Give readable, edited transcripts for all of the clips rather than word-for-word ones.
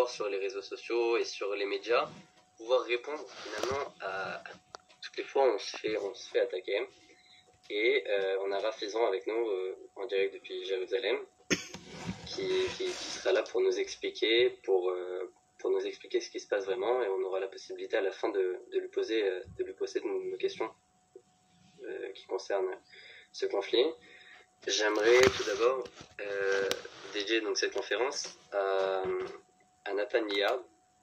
pouvoir sur les réseaux sociaux et sur les médias, pouvoir répondre finalement à toutes les fois où on se fait attaquer. Et on a Rafizan avec nous en direct depuis Jérusalem, qui sera là pour nous expliquer, pour nous expliquer ce qui se passe vraiment, et on aura la possibilité à la fin de lui poser nos questions qui concernent ce conflit. J'aimerais tout d'abord dédier donc cette conférence à Nathan Liard,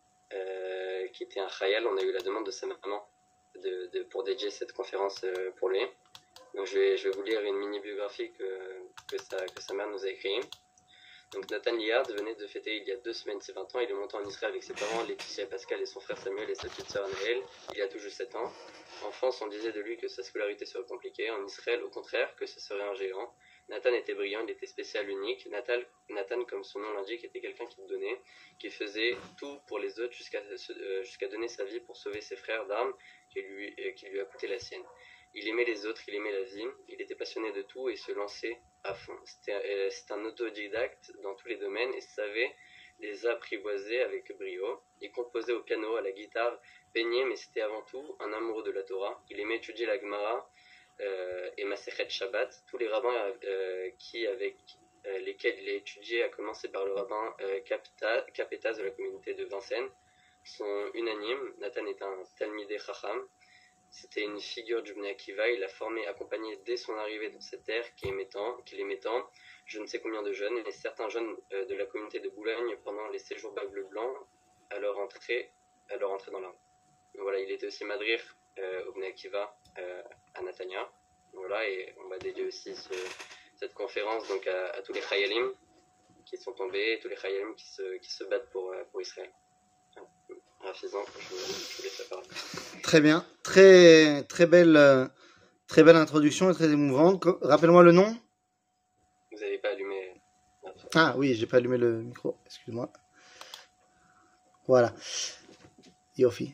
qui était un chayal. On a eu la demande de sa maman pour dédier cette conférence pour lui. Donc je vais vous lire une mini-biographie que sa mère nous a écrite. Donc Nathan Liard venait de fêter il y a 2 semaines ses 20 ans. Il est monté en Israël avec ses parents, Laetitia et Pascal, et son frère Samuel et sa petite sœur Anaël, il y a tout juste 7 ans. En France, on disait de lui que sa scolarité serait compliquée. En Israël, au contraire, que ce serait un géant. Nathan était brillant, il était spécial, unique. Nathan, comme son nom l'indique, était quelqu'un qui donnait, qui faisait tout pour les autres jusqu'à donner sa vie pour sauver ses frères d'armes qui lui a coûté la sienne. Il aimait les autres, il aimait la vie, il était passionné de tout et se lançait à fond. C'est un autodidacte dans tous les domaines et savait les apprivoiser avec brio. Il composait au piano, à la guitare, peignait, mais c'était avant tout un amoureux de la Torah. Il aimait étudier la Gemara et Masechet Shabbat. Tous les rabbins avec lesquels il a étudié, à commencer par le rabbin Kapetas de la communauté de Vincennes, sont unanimes. Nathan est un Talmidei Chacham. C'était une figure du Bnei Akiva. Il l'a formé, accompagné dès son arrivée dans cette terre qu'il aimait tant, je ne sais combien de jeunes, et certains jeunes de la communauté de Boulogne pendant les séjours Bagle Blanc à leur entrée dans l'armée. Voilà, il était aussi madrir au Bnei Akiva à Natania. Voilà, et on va dédier aussi cette conférence donc à tous les Chayalim qui sont tombés, tous les Chayalim qui se battent pour Israël. Rafizan, je vous laisse la parole. Très bien, très belle introduction et très émouvante. Rappelle-moi le nom. Vous n'avez pas allumé. Ah oui, j'ai pas allumé le micro, excuse-moi. Voilà. Yofi.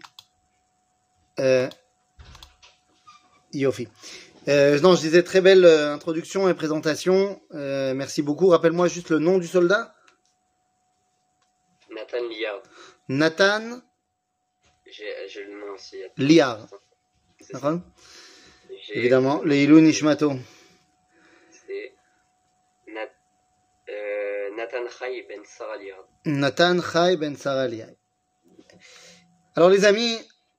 Yofi. Non, je disais très belle introduction et présentation. Merci beaucoup. Rappelle-moi juste le nom du soldat. Nathan Liard. Nathan. J'ai le nom aussi. Liard. D'accord. Évidemment. Leilou Nishmato. C'est Nathan Chai Ben Sarah Liard. Nathan Chai Ben Sarah Liard. Alors les amis,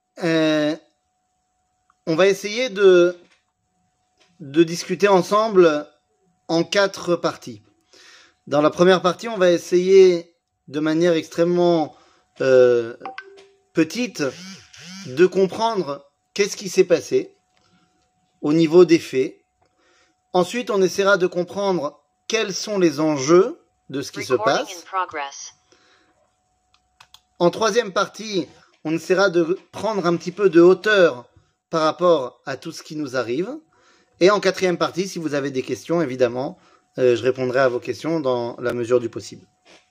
on va essayer de discuter ensemble en 4 parties. Dans la première partie, on va essayer de manière extrêmement petite de comprendre qu'est-ce qui s'est passé au niveau des faits. Ensuite, on essaiera de comprendre quels sont les enjeux de ce qui se passe. En troisième partie, on essaiera de prendre un petit peu de hauteur par rapport à tout ce qui nous arrive. Et en 4e partie, si vous avez des questions, évidemment, je répondrai à vos questions dans la mesure du possible.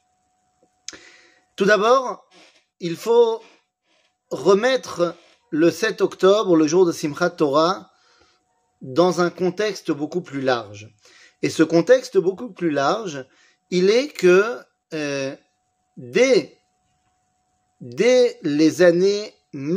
Tout d'abord, il faut remettre le 7 octobre, le jour de Simchat Torah, dans un contexte beaucoup plus large. Et ce contexte beaucoup plus large, il est que dès les années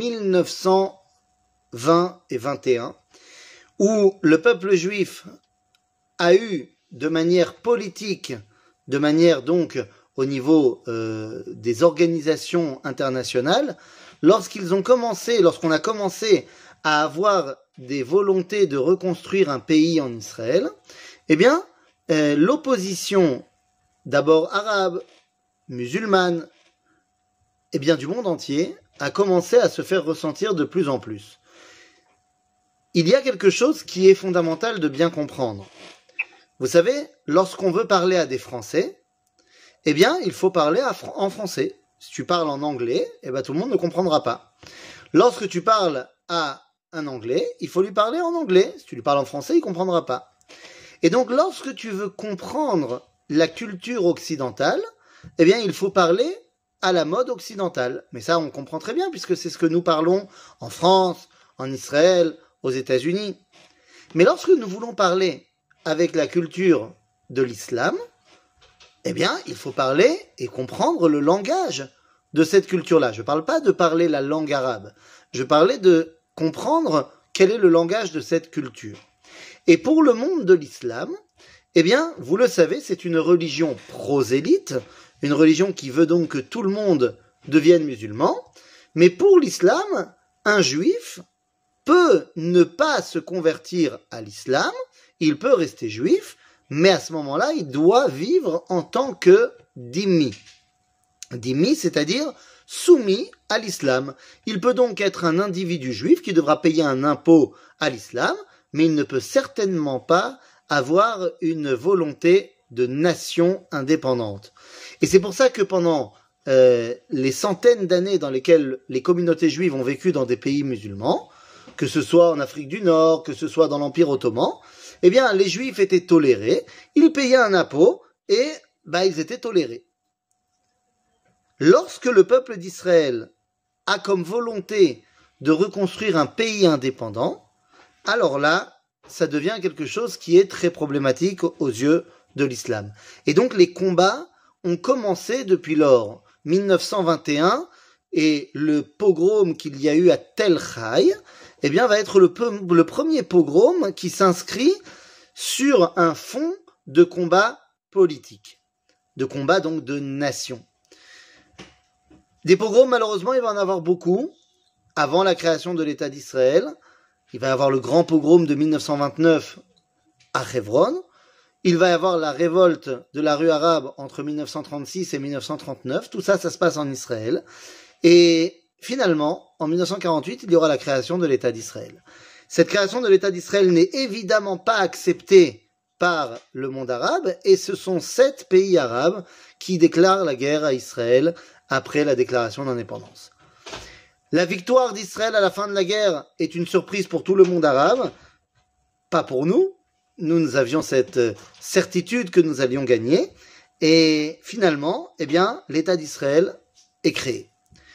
1920 et 21, où le peuple juif a eu de manière politique, de manière donc au niveau des organisations internationales, lorsqu'on a commencé à avoir des volontés de reconstruire un pays en Israël, eh bien, l'opposition, d'abord arabe, musulmane, eh bien, du monde entier, a commencé à se faire ressentir de plus en plus. Il y a quelque chose qui est fondamental de bien comprendre. Vous savez, lorsqu'on veut parler à des Français, eh bien, il faut parler en français. Si tu parles en anglais, eh bien, tout le monde ne comprendra pas. Lorsque tu parles à un Anglais, il faut lui parler en anglais. Si tu lui parles en français, il ne comprendra pas. Et donc, lorsque tu veux comprendre la culture occidentale, eh bien, il faut parler à la mode occidentale. Mais ça, on comprend très bien, puisque c'est ce que nous parlons en France, en Israël, aux États-Unis. Mais lorsque nous voulons parler avec la culture de l'islam, eh bien, il faut parler et comprendre le langage de cette culture-là. Je ne parle pas de parler la langue arabe. Je parlais de comprendre quel est le langage de cette culture. Et pour le monde de l'islam, eh bien, vous le savez, c'est une religion prosélyte, une religion qui veut donc que tout le monde devienne musulman. Mais pour l'islam, un juif peut ne pas se convertir à l'islam, il peut rester juif, mais à ce moment-là, il doit vivre en tant que dhimmi. Dhimmi, c'est-à-dire soumis à l'islam. Il peut donc être un individu juif qui devra payer un impôt à l'islam, mais il ne peut certainement pas avoir une volonté de nation indépendante. Et c'est pour ça que pendant les centaines d'années dans lesquelles les communautés juives ont vécu dans des pays musulmans, que ce soit en Afrique du Nord, que ce soit dans l'Empire ottoman, eh bien, les juifs étaient tolérés, ils payaient un impôt et ils étaient tolérés. Lorsque le peuple d'Israël a comme volonté de reconstruire un pays indépendant, alors là, ça devient quelque chose qui est très problématique aux yeux de l'islam. Et donc les combats ont commencé depuis lors 1921 et le pogrom qu'il y a eu à Tel Chai, eh bien, va être le premier pogrom qui s'inscrit sur un fond de combat politique, de combat donc de nation. Des pogroms, malheureusement, il va en avoir beaucoup avant la création de l'État d'Israël. Il va y avoir le grand pogrom de 1929 à Hebron. Il va y avoir la révolte de la rue arabe entre 1936 et 1939. Tout ça, ça se passe en Israël. Et finalement, en 1948, il y aura la création de l'État d'Israël. Cette création de l'État d'Israël n'est évidemment pas acceptée par le monde arabe, et ce sont 7 pays arabes qui déclarent la guerre à Israël après la déclaration d'indépendance. La victoire d'Israël à la fin de la guerre est une surprise pour tout le monde arabe, pas pour nous. Nous avions cette certitude que nous allions gagner, et finalement, eh bien, l'État d'Israël est créé.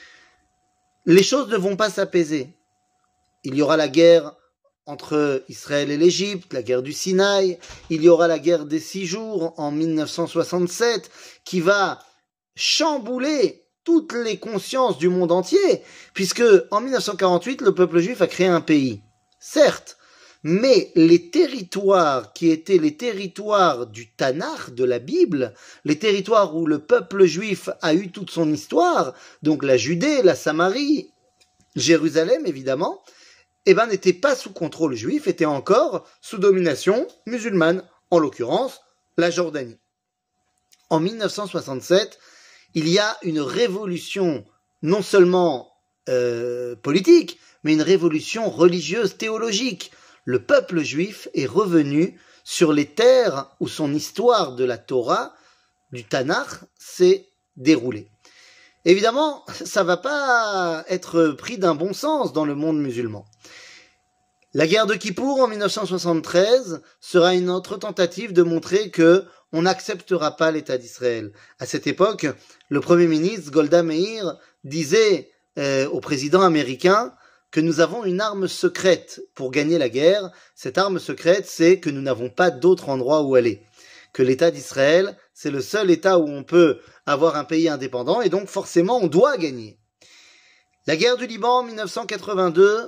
Les choses ne vont pas s'apaiser. Il y aura la guerre entre Israël et l'Égypte, la guerre du Sinaï, il y aura la guerre des 6 jours en 1967, qui va chambouler toutes les consciences du monde entier, puisque en 1948, le peuple juif a créé un pays. Certes, mais les territoires qui étaient les territoires du Tanakh, de la Bible, les territoires où le peuple juif a eu toute son histoire, donc la Judée, la Samarie, Jérusalem évidemment, n'étaient pas sous contrôle juif, étaient encore sous domination musulmane, en l'occurrence la Jordanie. En 1967, il y a une révolution non seulement politique, mais une révolution religieuse, théologique. Le peuple juif est revenu sur les terres où son histoire de la Torah, du Tanakh, s'est déroulée. Évidemment, ça ne va pas être pris d'un bon sens dans le monde musulman. La guerre de Kippour en 1973 sera une autre tentative de montrer que on n'acceptera pas l'État d'Israël. À cette époque, le Premier ministre Golda Meir disait au président américain que nous avons une arme secrète pour gagner la guerre. Cette arme secrète, c'est que nous n'avons pas d'autre endroit où aller. Que l'État d'Israël, c'est le seul État où on peut avoir un pays indépendant et donc forcément on doit gagner. La guerre du Liban en 1982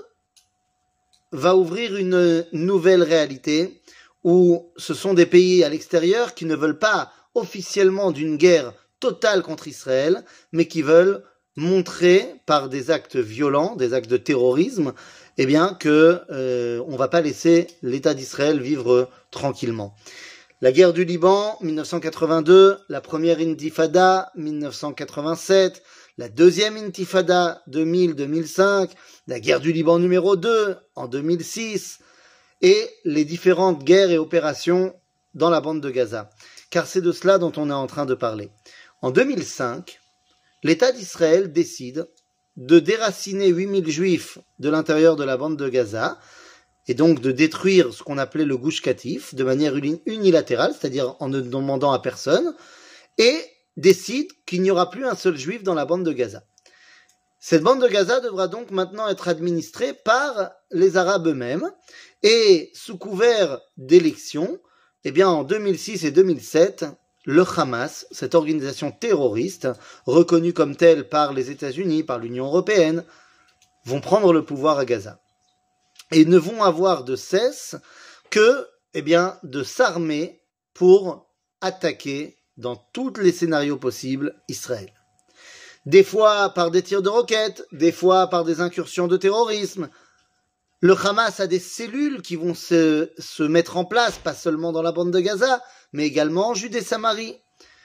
va ouvrir une nouvelle réalité où ce sont des pays à l'extérieur qui ne veulent pas officiellement d'une guerre totale contre Israël, mais qui veulent montrer par des actes violents, des actes de terrorisme, eh bien que on va pas laisser l'État d'Israël vivre tranquillement. La guerre du Liban, 1982, la première intifada, 1987, la deuxième intifada, 2000-2005, la guerre du Liban numéro 2, en 2006, et les différentes guerres et opérations dans la bande de Gaza. Car c'est de cela dont on est en train de parler. En 2005, l'État d'Israël décide de déraciner 8000 juifs de l'intérieur de la bande de Gaza, et donc de détruire ce qu'on appelait le Gush Katif de manière unilatérale, c'est-à-dire en ne demandant à personne, et décide qu'il n'y aura plus un seul juif dans la bande de Gaza. Cette bande de Gaza devra donc maintenant être administrée par les Arabes eux-mêmes, et sous couvert d'élections, eh bien en 2006 et 2007, le Hamas, cette organisation terroriste, reconnue comme telle par les États-Unis, par l'Union européenne, vont prendre le pouvoir à Gaza. Et ne vont avoir de cesse que, de s'armer pour attaquer dans tous les scénarios possibles Israël. Des fois par des tirs de roquettes, des fois par des incursions de terrorisme. Le Hamas a des cellules qui vont se mettre en place, pas seulement dans la bande de Gaza, mais également en Judée-Samarie.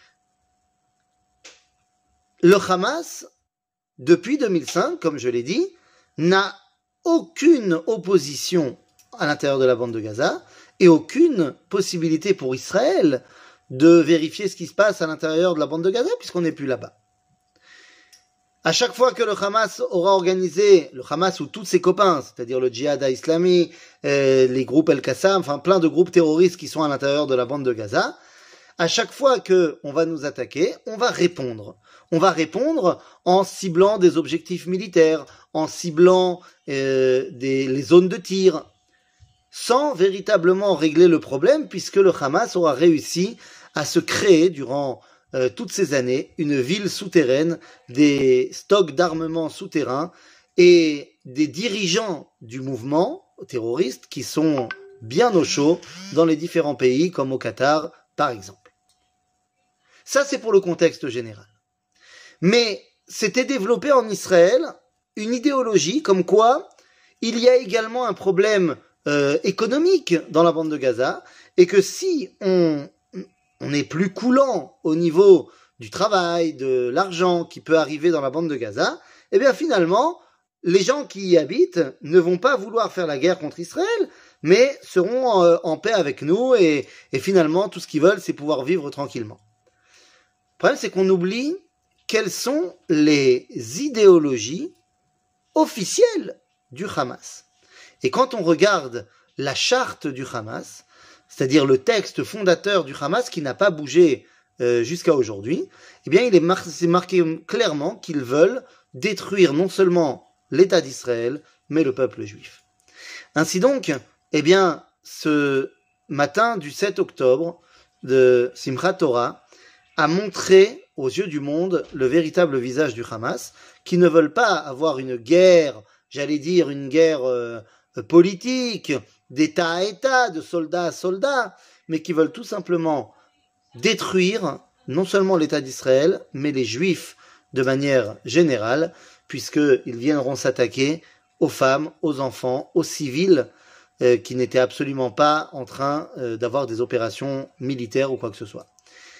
Le Hamas, depuis 2005, comme je l'ai dit, n'a aucune opposition à l'intérieur de la bande de Gaza et aucune possibilité pour Israël de vérifier ce qui se passe à l'intérieur de la bande de Gaza puisqu'on n'est plus là-bas. À chaque fois que le Hamas aura organisé, le Hamas ou tous ses copains, c'est-à-dire le Djihad islami, les groupes El-Qassam, enfin plein de groupes terroristes qui sont à l'intérieur de la bande de Gaza, à chaque fois qu'on va nous attaquer, on va répondre. On va en ciblant des objectifs militaires, en ciblant les zones de tir, sans véritablement régler le problème, puisque le Hamas aura réussi à se créer durant toutes ces années une ville souterraine, des stocks d'armement souterrains et des dirigeants du mouvement terroriste qui sont bien au chaud dans les différents pays, comme au Qatar, par exemple. Ça, c'est pour le contexte général. Mais s'était développé en Israël une idéologie comme quoi il y a également un problème économique dans la bande de Gaza et que si on est plus coulant au niveau du travail, de l'argent qui peut arriver dans la bande de Gaza, eh bien finalement, les gens qui y habitent ne vont pas vouloir faire la guerre contre Israël, mais seront en paix avec nous et finalement tout ce qu'ils veulent c'est pouvoir vivre tranquillement. Le problème c'est qu'on oublie quelles sont les idéologies officielles du Hamas. Et quand on regarde la charte du Hamas, c'est-à-dire le texte fondateur du Hamas qui n'a pas bougé jusqu'à aujourd'hui, eh bien c'est marqué clairement qu'ils veulent détruire non seulement l'État d'Israël, mais le peuple juif. Ainsi donc, eh bien, ce matin du 7 octobre de Simchat Torah a montré aux yeux du monde le véritable visage du Hamas, qui ne veulent pas avoir une guerre, j'allais dire une guerre politique, d'État à État, de soldat à soldat, mais qui veulent tout simplement détruire non seulement l'État d'Israël, mais les Juifs de manière générale, puisqu'ils viendront s'attaquer aux femmes, aux enfants, aux civils, qui n'étaient absolument pas en train d'avoir des opérations militaires ou quoi que ce soit.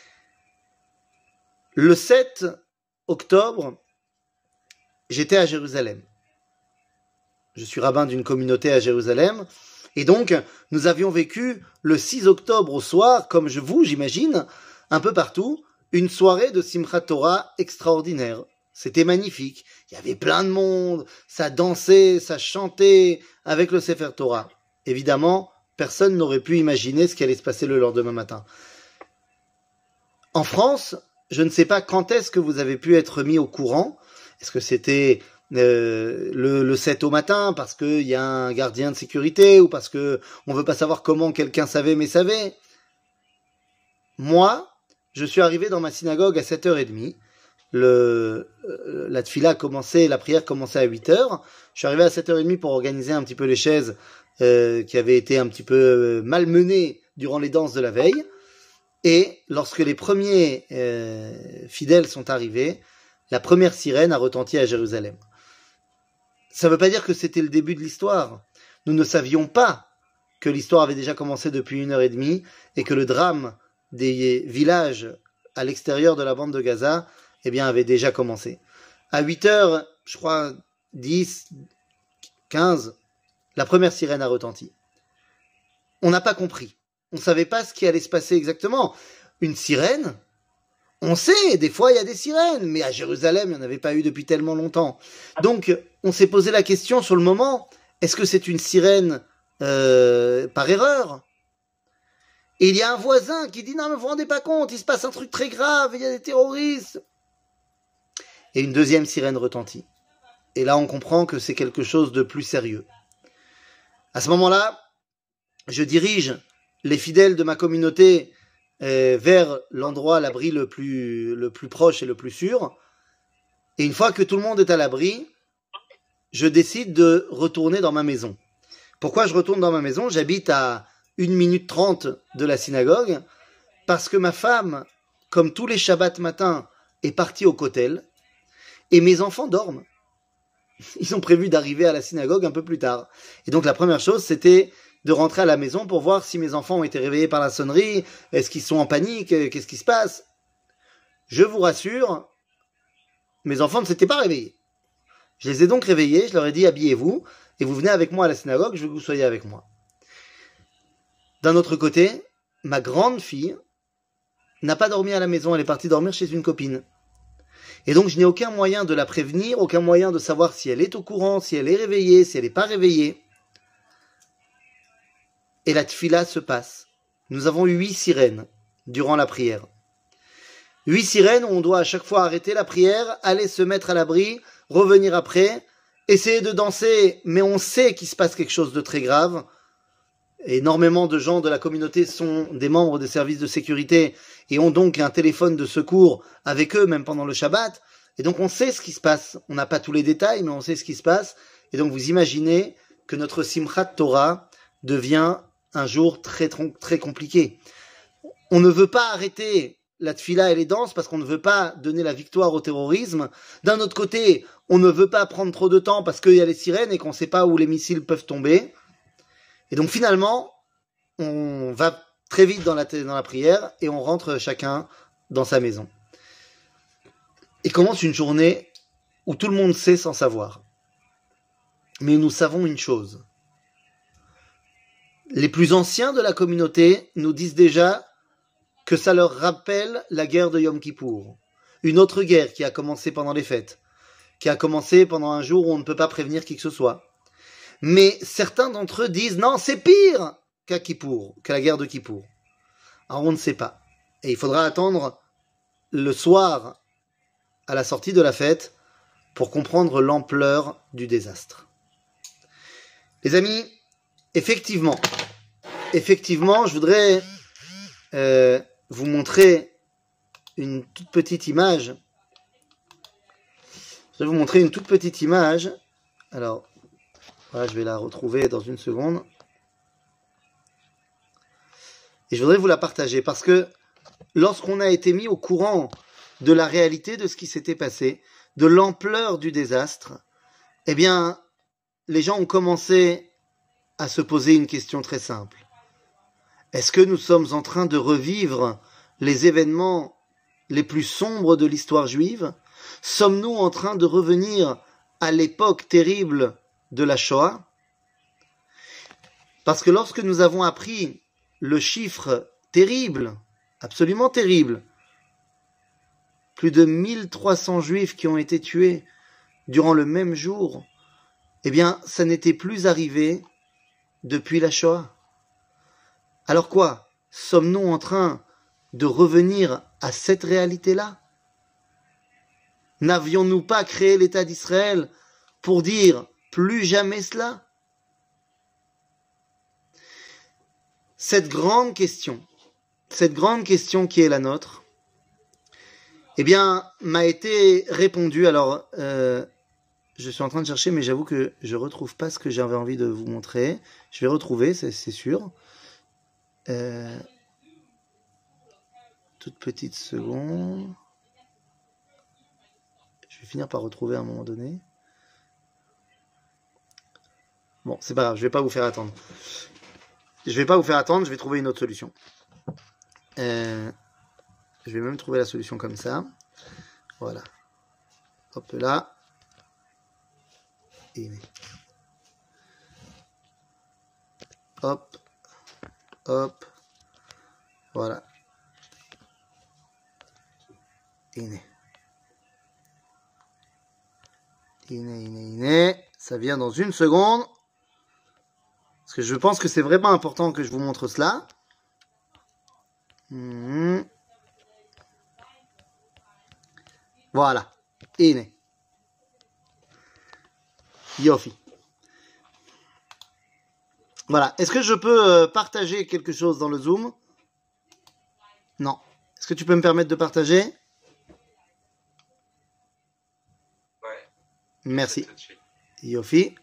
Le 7 octobre, j'étais à Jérusalem. Je suis rabbin d'une communauté à Jérusalem. Et donc, nous avions vécu le 6 octobre au soir, comme j'imagine, un peu partout, une soirée de Simchat Torah extraordinaire. C'était magnifique. Il y avait plein de monde, ça dansait, ça chantait avec le Sefer Torah. Évidemment, personne n'aurait pu imaginer ce qui allait se passer le lendemain matin. En France, je ne sais pas quand est-ce que vous avez pu être mis au courant. Est-ce que c'était le 7 au matin parce qu'il y a un gardien de sécurité ou parce que on veut pas savoir comment quelqu'un savait mais savait? Moi, je suis arrivé dans ma synagogue à 7h30. La tfila commençait, la prière commençait à 8h. Je suis arrivé à 7h30 pour organiser un petit peu les chaises qui avaient été un petit peu malmenées durant les danses de la veille. Et lorsque les premiers fidèles sont arrivés, la première sirène a retenti à Jérusalem. Ça ne veut pas dire que c'était le début de l'histoire. Nous ne savions pas que l'histoire avait déjà commencé depuis 1h30 et que le drame des villages à l'extérieur de la bande de Gaza, eh bien, avait déjà commencé. À 8h, je crois, 10, 15, la première sirène a retenti. On n'a pas compris. On ne savait pas ce qui allait se passer exactement. Une sirène, on sait, des fois il y a des sirènes, mais à Jérusalem, il n'y en avait pas eu depuis tellement longtemps. Donc, on s'est posé la question sur le moment, est-ce que c'est une sirène par erreur? Et il y a un voisin qui dit, non mais vous vous rendez pas compte, il se passe un truc très grave, il y a des terroristes. Et une deuxième sirène retentit. Et là, on comprend que c'est quelque chose de plus sérieux. À ce moment-là, je dirige les fidèles de ma communauté vers l'endroit, l'abri le plus proche et le plus sûr. Et une fois que tout le monde est à l'abri, je décide de retourner dans ma maison. Pourquoi je retourne dans ma maison? J'habite à 1 minute 30 de la synagogue, parce que ma femme, comme tous les Shabbats matins, est partie au kotel, et mes enfants dorment. Ils ont prévu d'arriver à la synagogue un peu plus tard. Et donc la première chose, c'était de rentrer à la maison pour voir si mes enfants ont été réveillés par la sonnerie, est-ce qu'ils sont en panique, qu'est-ce qui se passe? Je vous rassure, mes enfants ne s'étaient pas réveillés. Je les ai donc réveillés, je leur ai dit habillez-vous, et vous venez avec moi à la synagogue, je veux que vous soyez avec moi. D'un autre côté, ma grande fille n'a pas dormi à la maison, elle est partie dormir chez une copine. Et donc je n'ai aucun moyen de la prévenir, aucun moyen de savoir si elle est au courant, si elle est réveillée, si elle n'est pas réveillée. Et la tfila se passe. Nous avons eu 8 sirènes durant la prière. 8 sirènes où on doit à chaque fois arrêter la prière, aller se mettre à l'abri, revenir après, essayer de danser, mais on sait qu'il se passe quelque chose de très grave. Énormément de gens de la communauté sont des membres des services de sécurité et ont donc un téléphone de secours avec eux, même pendant le Shabbat. Et donc on sait ce qui se passe. On n'a pas tous les détails, mais on sait ce qui se passe. Et donc vous imaginez que notre Simchat Torah devient un jour très, très compliqué. On ne veut pas arrêter la tfila et les danses parce qu'on ne veut pas donner la victoire au terrorisme. D'un autre côté, on ne veut pas prendre trop de temps parce qu'il y a les sirènes et qu'on ne sait pas où les missiles peuvent tomber. Et donc finalement, on va très vite dans la prière et on rentre chacun dans sa maison. Et commence une journée où tout le monde sait sans savoir. Mais nous savons une chose. Les plus anciens de la communauté nous disent déjà que ça leur rappelle la guerre de Yom Kippour. Une autre guerre qui a commencé pendant les fêtes, qui a commencé pendant un jour où on ne peut pas prévenir qui que ce soit. Mais certains d'entre eux disent non, c'est pire qu'à Kippour, qu'à la guerre de Kippour. Alors on ne sait pas. Et il faudra attendre le soir à la sortie de la fête pour comprendre l'ampleur du désastre. Les amis, effectivement, je voudrais vous montrer une toute petite image. Je vais vous montrer une toute petite image. Alors, voilà, je vais la retrouver dans une seconde. Et je voudrais vous la partager parce que lorsqu'on a été mis au courant de la réalité de ce qui s'était passé, de l'ampleur du désastre, eh bien, les gens ont commencé à se poser une question très simple. Est-ce que nous sommes en train de revivre les événements les plus sombres de l'histoire juive? Sommes-nous en train de revenir à l'époque terrible de la Shoah? Parce que lorsque nous avons appris le chiffre terrible, absolument terrible, plus de 1300 juifs qui ont été tués durant le même jour, eh bien, ça n'était plus arrivé depuis la Shoah. Alors quoi? Sommes-nous en train de revenir à cette réalité-là? N'avions-nous pas créé l'État d'Israël pour dire plus jamais cela? Cette grande question qui est la nôtre, eh bien, m'a été répondue. Alors, je suis en train de chercher, mais j'avoue que je retrouve pas ce que j'avais envie de vous montrer. Je vais retrouver, c'est sûr. Toute petite seconde. Je vais finir par retrouver à un moment donné. Bon, c'est pas grave, je vais pas vous faire attendre. Je vais trouver une autre solution. Je vais même trouver la solution comme ça. Voilà. Hop là. Et hop. Hop. Voilà. Ça vient dans une seconde. Parce que je pense que c'est vraiment important que je vous montre cela. Voilà. Yofi. Voilà. Est-ce que je peux partager quelque chose dans le Zoom? Non. Est-ce que tu peux me permettre de partager? Ouais. Merci. Tout de suite. Yofi.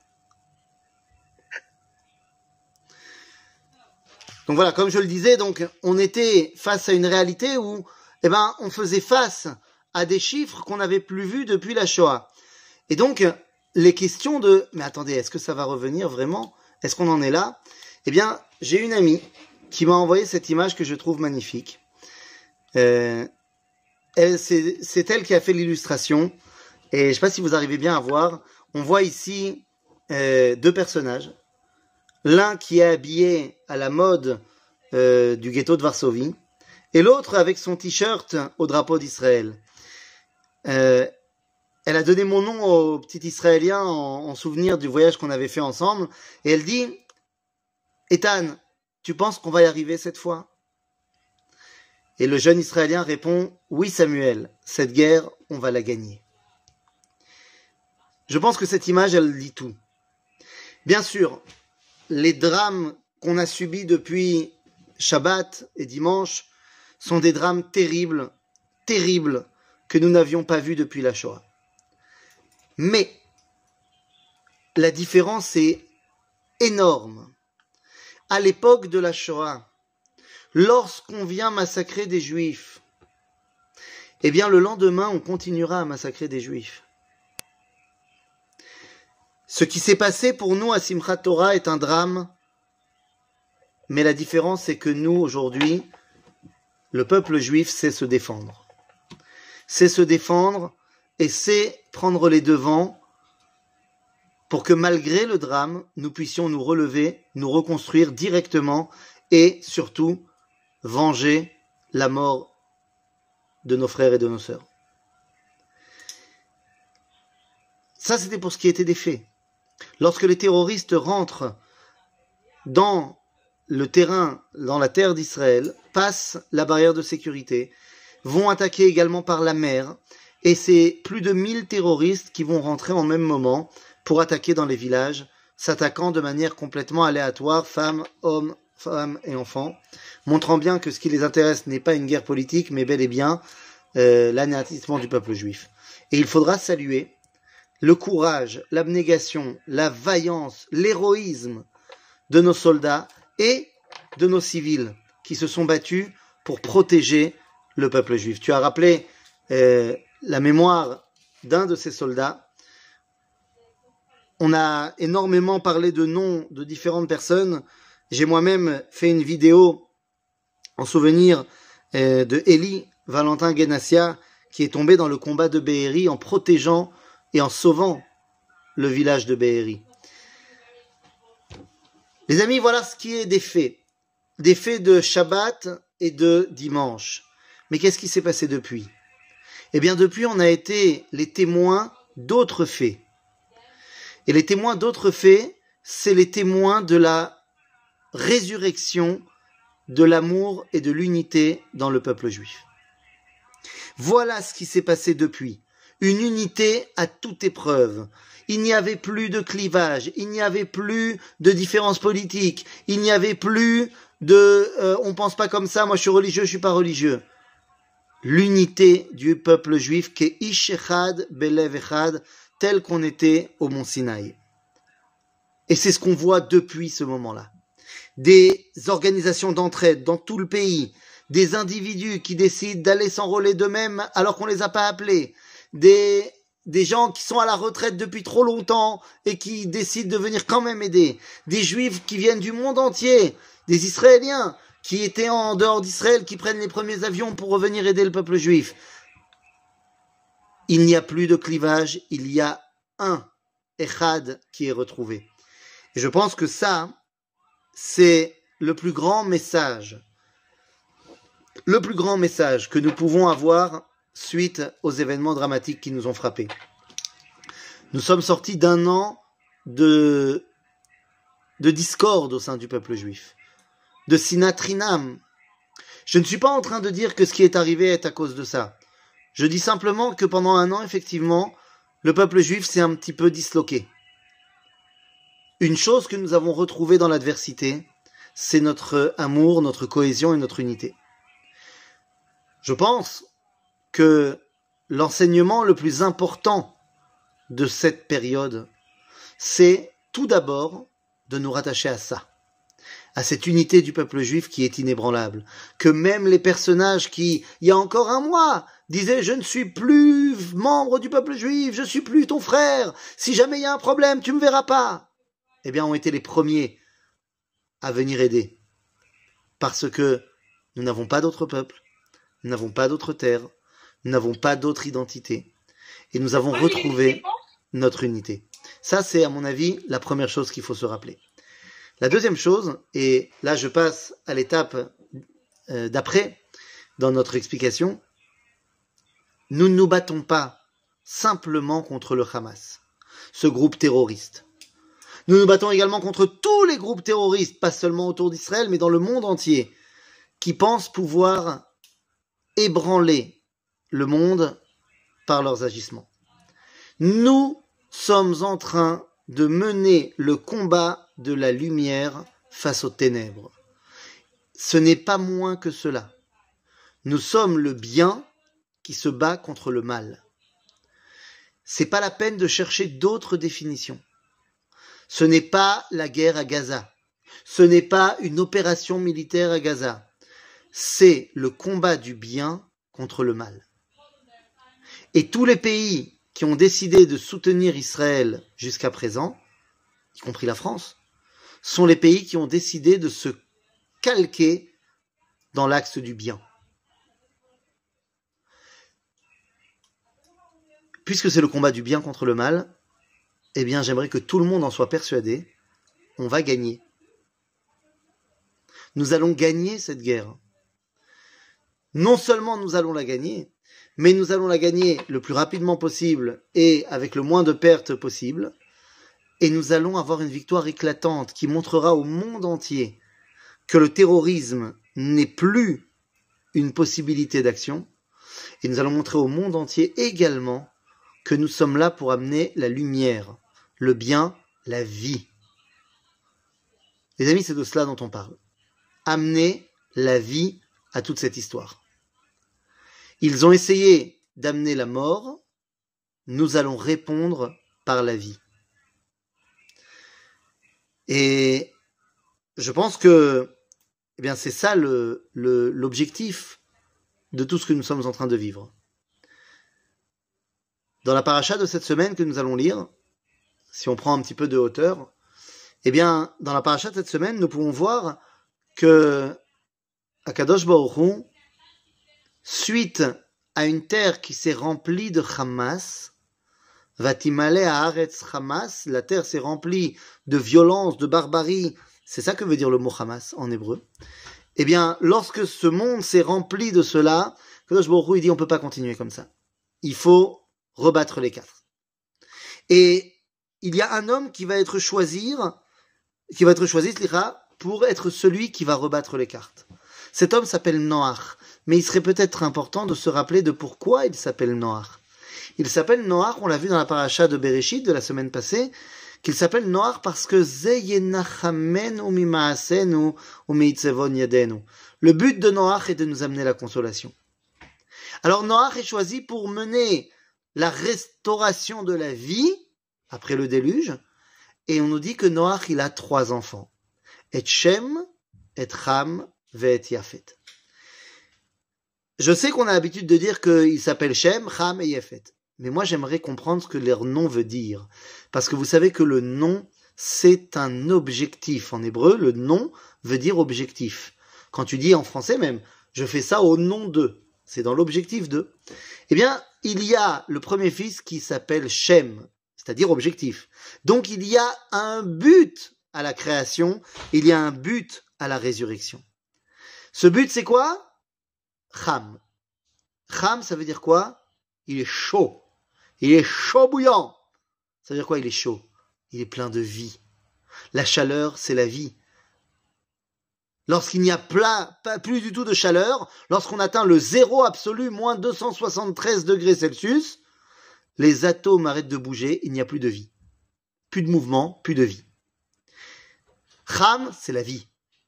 Donc voilà, comme je le disais, donc on était face à une réalité où, on faisait face à des chiffres qu'on n'avait plus vus depuis la Shoah. Et donc, les questions de, mais attendez, est-ce que ça va revenir vraiment? Est-ce qu'on en est là? J'ai une amie qui m'a envoyé cette image que je trouve magnifique. C'est elle qui a fait l'illustration. Et je ne sais pas si vous arrivez bien à voir. On voit ici deux personnages. L'un qui est habillé à la mode du ghetto de Varsovie, et l'autre avec son t-shirt au drapeau d'Israël. Elle a donné mon nom au petit Israélien en souvenir du voyage qu'on avait fait ensemble, et elle dit, Ethan, tu penses qu'on va y arriver cette fois? Et le jeune Israélien répond, oui Samuel, cette guerre, on va la gagner. Je pense que cette image, elle dit tout. Bien sûr, les drames qu'on a subis depuis Shabbat et dimanche sont des drames terribles, terribles, que nous n'avions pas vus depuis la Shoah. Mais la différence est énorme. À l'époque de la Shoah, lorsqu'on vient massacrer des Juifs, le lendemain, on continuera à massacrer des Juifs. Ce qui s'est passé pour nous à Simchat Torah est un drame, mais la différence c'est que nous, aujourd'hui, le peuple juif sait se défendre. Sait se défendre et sait prendre les devants pour que malgré le drame, nous puissions nous relever, nous reconstruire directement et surtout venger la mort de nos frères et de nos sœurs. Ça, c'était pour ce qui était des faits. Lorsque les terroristes rentrent dans le terrain, dans la terre d'Israël, passent la barrière de sécurité, vont attaquer également par la mer, et c'est plus de 1000 terroristes qui vont rentrer en même moment pour attaquer dans les villages, s'attaquant de manière complètement aléatoire, femmes, hommes, femmes et enfants, montrant bien que ce qui les intéresse n'est pas une guerre politique, mais bel et bien l'anéantissement du peuple juif. Et il faudra saluer le courage, l'abnégation, la vaillance, l'héroïsme de nos soldats et de nos civils qui se sont battus pour protéger le peuple juif. Tu as rappelé la mémoire d'un de ces soldats. On a énormément parlé de noms de différentes personnes. J'ai moi-même fait une vidéo en souvenir de Eli Valentin Guénassia qui est tombé dans le combat de Be'eri en protégeant et en sauvant le village de Be'eri. Les amis, voilà ce qui est des faits de Shabbat et de dimanche. Mais qu'est-ce qui s'est passé depuis? Depuis, on a été les témoins d'autres faits. Et les témoins d'autres faits, c'est les témoins de la résurrection de l'amour et de l'unité dans le peuple juif. Voilà ce qui s'est passé depuis. Une unité à toute épreuve. Il n'y avait plus de clivage, il n'y avait plus de différences politiques, il n'y avait plus de on pense pas comme ça, moi je suis religieux, je suis pas religieux. L'unité du peuple juif qui est Ish Echad Belev Echad, tel qu'on était au Mont Sinaï. Et c'est ce qu'on voit depuis ce moment-là. Des organisations d'entraide dans tout le pays, des individus qui décident d'aller s'enrôler d'eux-mêmes alors qu'on les a pas appelés, des gens qui sont à la retraite depuis trop longtemps et qui décident de venir quand même aider, des juifs qui viennent du monde entier, des Israéliens qui étaient en dehors d'Israël, qui prennent les premiers avions pour revenir aider le peuple juif. Il n'y a plus de clivage, il y a un Echad qui est retrouvé. Et je pense que ça, c'est le plus grand message que nous pouvons avoir suite aux événements dramatiques qui nous ont frappés. Nous sommes sortis d'un an de discorde au sein du peuple juif, de sinatrinam. Je ne suis pas en train de dire que ce qui est arrivé est à cause de ça. Je dis simplement que pendant un an, effectivement, le peuple juif s'est un petit peu disloqué. Une chose que nous avons retrouvée dans l'adversité, c'est notre amour, notre cohésion et notre unité. Je pense que l'enseignement le plus important de cette période, c'est tout d'abord de nous rattacher à ça, à cette unité du peuple juif qui est inébranlable, que même les personnages qui, il y a encore un mois, disaient « Je ne suis plus membre du peuple juif, je suis plus ton frère, si jamais il y a un problème, tu me verras pas », eh bien, ont été les premiers à venir aider. Parce que nous n'avons pas d'autre peuple, nous n'avons pas d'autre terre, nous n'avons pas d'autre identité. Et nous avons retrouvé notre unité. Ça, c'est à mon avis la première chose qu'il faut se rappeler. La deuxième chose, et là je passe à l'étape d'après, dans notre explication, nous ne nous battons pas simplement contre le Hamas, ce groupe terroriste. Nous nous battons également contre tous les groupes terroristes, pas seulement autour d'Israël, mais dans le monde entier, qui pensent pouvoir ébranler le monde par leurs agissements. Nous sommes en train de mener le combat de la lumière face aux ténèbres. Ce n'est pas moins que cela. Nous sommes le bien qui se bat contre le mal. C'est pas la peine de chercher d'autres définitions. Ce n'est pas la guerre à Gaza. Ce n'est pas une opération militaire à Gaza. C'est le combat du bien contre le mal. Et tous les pays qui ont décidé de soutenir Israël jusqu'à présent, y compris la France, sont les pays qui ont décidé de se calquer dans l'axe du bien. Puisque c'est le combat du bien contre le mal, eh bien j'aimerais que tout le monde en soit persuadé, on va gagner. Nous allons gagner cette guerre. Non seulement nous allons la gagner, mais nous allons la gagner le plus rapidement possible et avec le moins de pertes possible, et nous allons avoir une victoire éclatante qui montrera au monde entier que le terrorisme n'est plus une possibilité d'action, et nous allons montrer au monde entier également que nous sommes là pour amener la lumière, le bien, la vie. Les amis, c'est de cela dont on parle. Amener la vie à toute cette histoire. Ils ont essayé d'amener la mort, nous allons répondre par la vie. Et je pense que eh bien, c'est ça l'objectif de tout ce que nous sommes en train de vivre. Dans la paracha de cette semaine que nous allons lire, si on prend un petit peu de hauteur, eh bien, dans la paracha de cette semaine, nous pouvons voir que Akadosh Baruch Hu, suite à une terre qui s'est remplie de Hamas, Vatimale haaretz Hamas, la terre s'est remplie de violence, de barbarie, c'est ça que veut dire le mot Hamas en hébreu. Eh bien, lorsque ce monde s'est rempli de cela, Akadosh Baruch Hu, il dit on ne peut pas continuer comme ça. Il faut rebattre les cartes. Et il y a un homme qui va être choisi, pour être celui qui va rebattre les cartes. Cet homme s'appelle Noach, mais il serait peut-être important de se rappeler de pourquoi il s'appelle Noach. Il s'appelle Noach, on l'a vu dans la paracha de Bereshit de la semaine passée, qu'il s'appelle Noach parce que le but de Noach est de nous amener la consolation. Alors Noach est choisi pour mener la restauration de la vie après le déluge, et on nous dit que Noach il a 3 enfants. Et Shem, et Ham, et Yafet. Je sais qu'on a l'habitude de dire qu'ils s'appellent Shem, Ham et Yafet. Mais moi j'aimerais comprendre ce que leur nom veut dire. Parce que vous savez que le nom, c'est un objectif. En hébreu, le nom veut dire objectif. Quand tu dis en français même, je fais ça au nom de, c'est dans l'objectif de. Eh bien, il y a le premier fils qui s'appelle Shem, c'est-à-dire objectif. Donc il y a un but à la création, il y a un but à la résurrection. Ce but, c'est quoi? Cham. Cham, ça veut dire quoi? Il est chaud. Il est chaud bouillant. Ça veut dire quoi? Il est chaud. Il est plein de vie. La chaleur, c'est la vie. Lorsqu'il n'y a pas plus du tout de chaleur, lorsqu'on atteint le zéro absolu, moins 273 degrés Celsius, les atomes arrêtent de bouger, il n'y a plus de vie. Plus de mouvement, plus de vie. Cham, c'est la vie.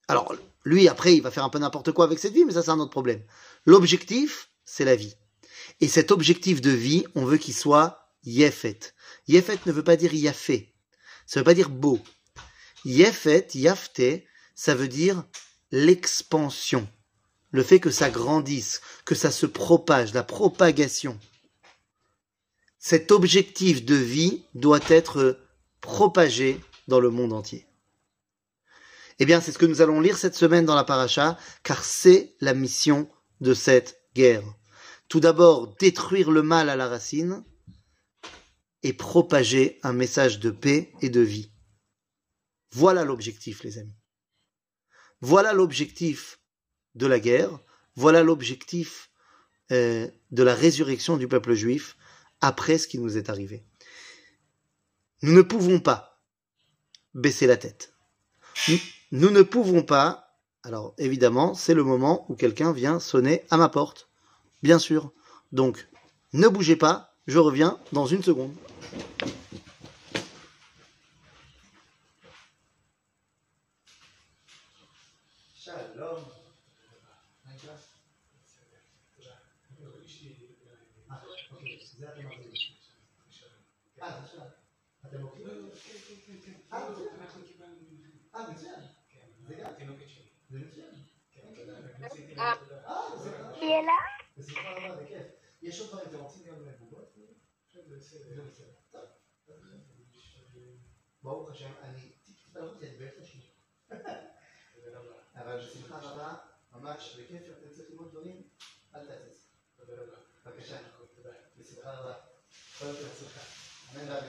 Alors, lui, après, il va faire un peu n'importe quoi avec cette vie, mais ça, c'est un autre problème. L'objectif, c'est la vie. Et cet objectif de vie, on veut qu'il soit yefet. Yefet ne veut pas dire yafé. Ça veut pas dire beau. Yefet, yafte, ça veut dire l'expansion. Le fait que ça grandisse, que ça se propage, la propagation. Cet objectif de vie doit être propagé dans le monde entier. Eh bien, c'est ce que nous allons lire cette semaine dans la paracha, car c'est la mission de cette guerre. Tout d'abord, détruire le mal à la racine et propager un message de paix et de vie. Voilà l'objectif, les amis. Voilà l'objectif de la guerre. Voilà l'objectif de la résurrection du peuple juif après ce qui nous est arrivé. Nous ne pouvons pas baisser la tête. Nous ne pouvons pas, alors évidemment, c'est le moment où quelqu'un vient sonner à ma porte, bien sûr. Donc, ne bougez pas, je reviens dans une seconde. Shalom. תהיה לה? בשמחה רבה, בכיף. יש עוד דברים, אתם רוצים גם בובות? ברוך השם, אני טיפה לא רוצה לדבר את השני. אבל בשמחה רבה, ממש בכיף, אתם צריכים ללמוד דברים, אל תעצץ. בבקשה, בשמחה רבה. כל יותר הצלחה. אמן ואמן.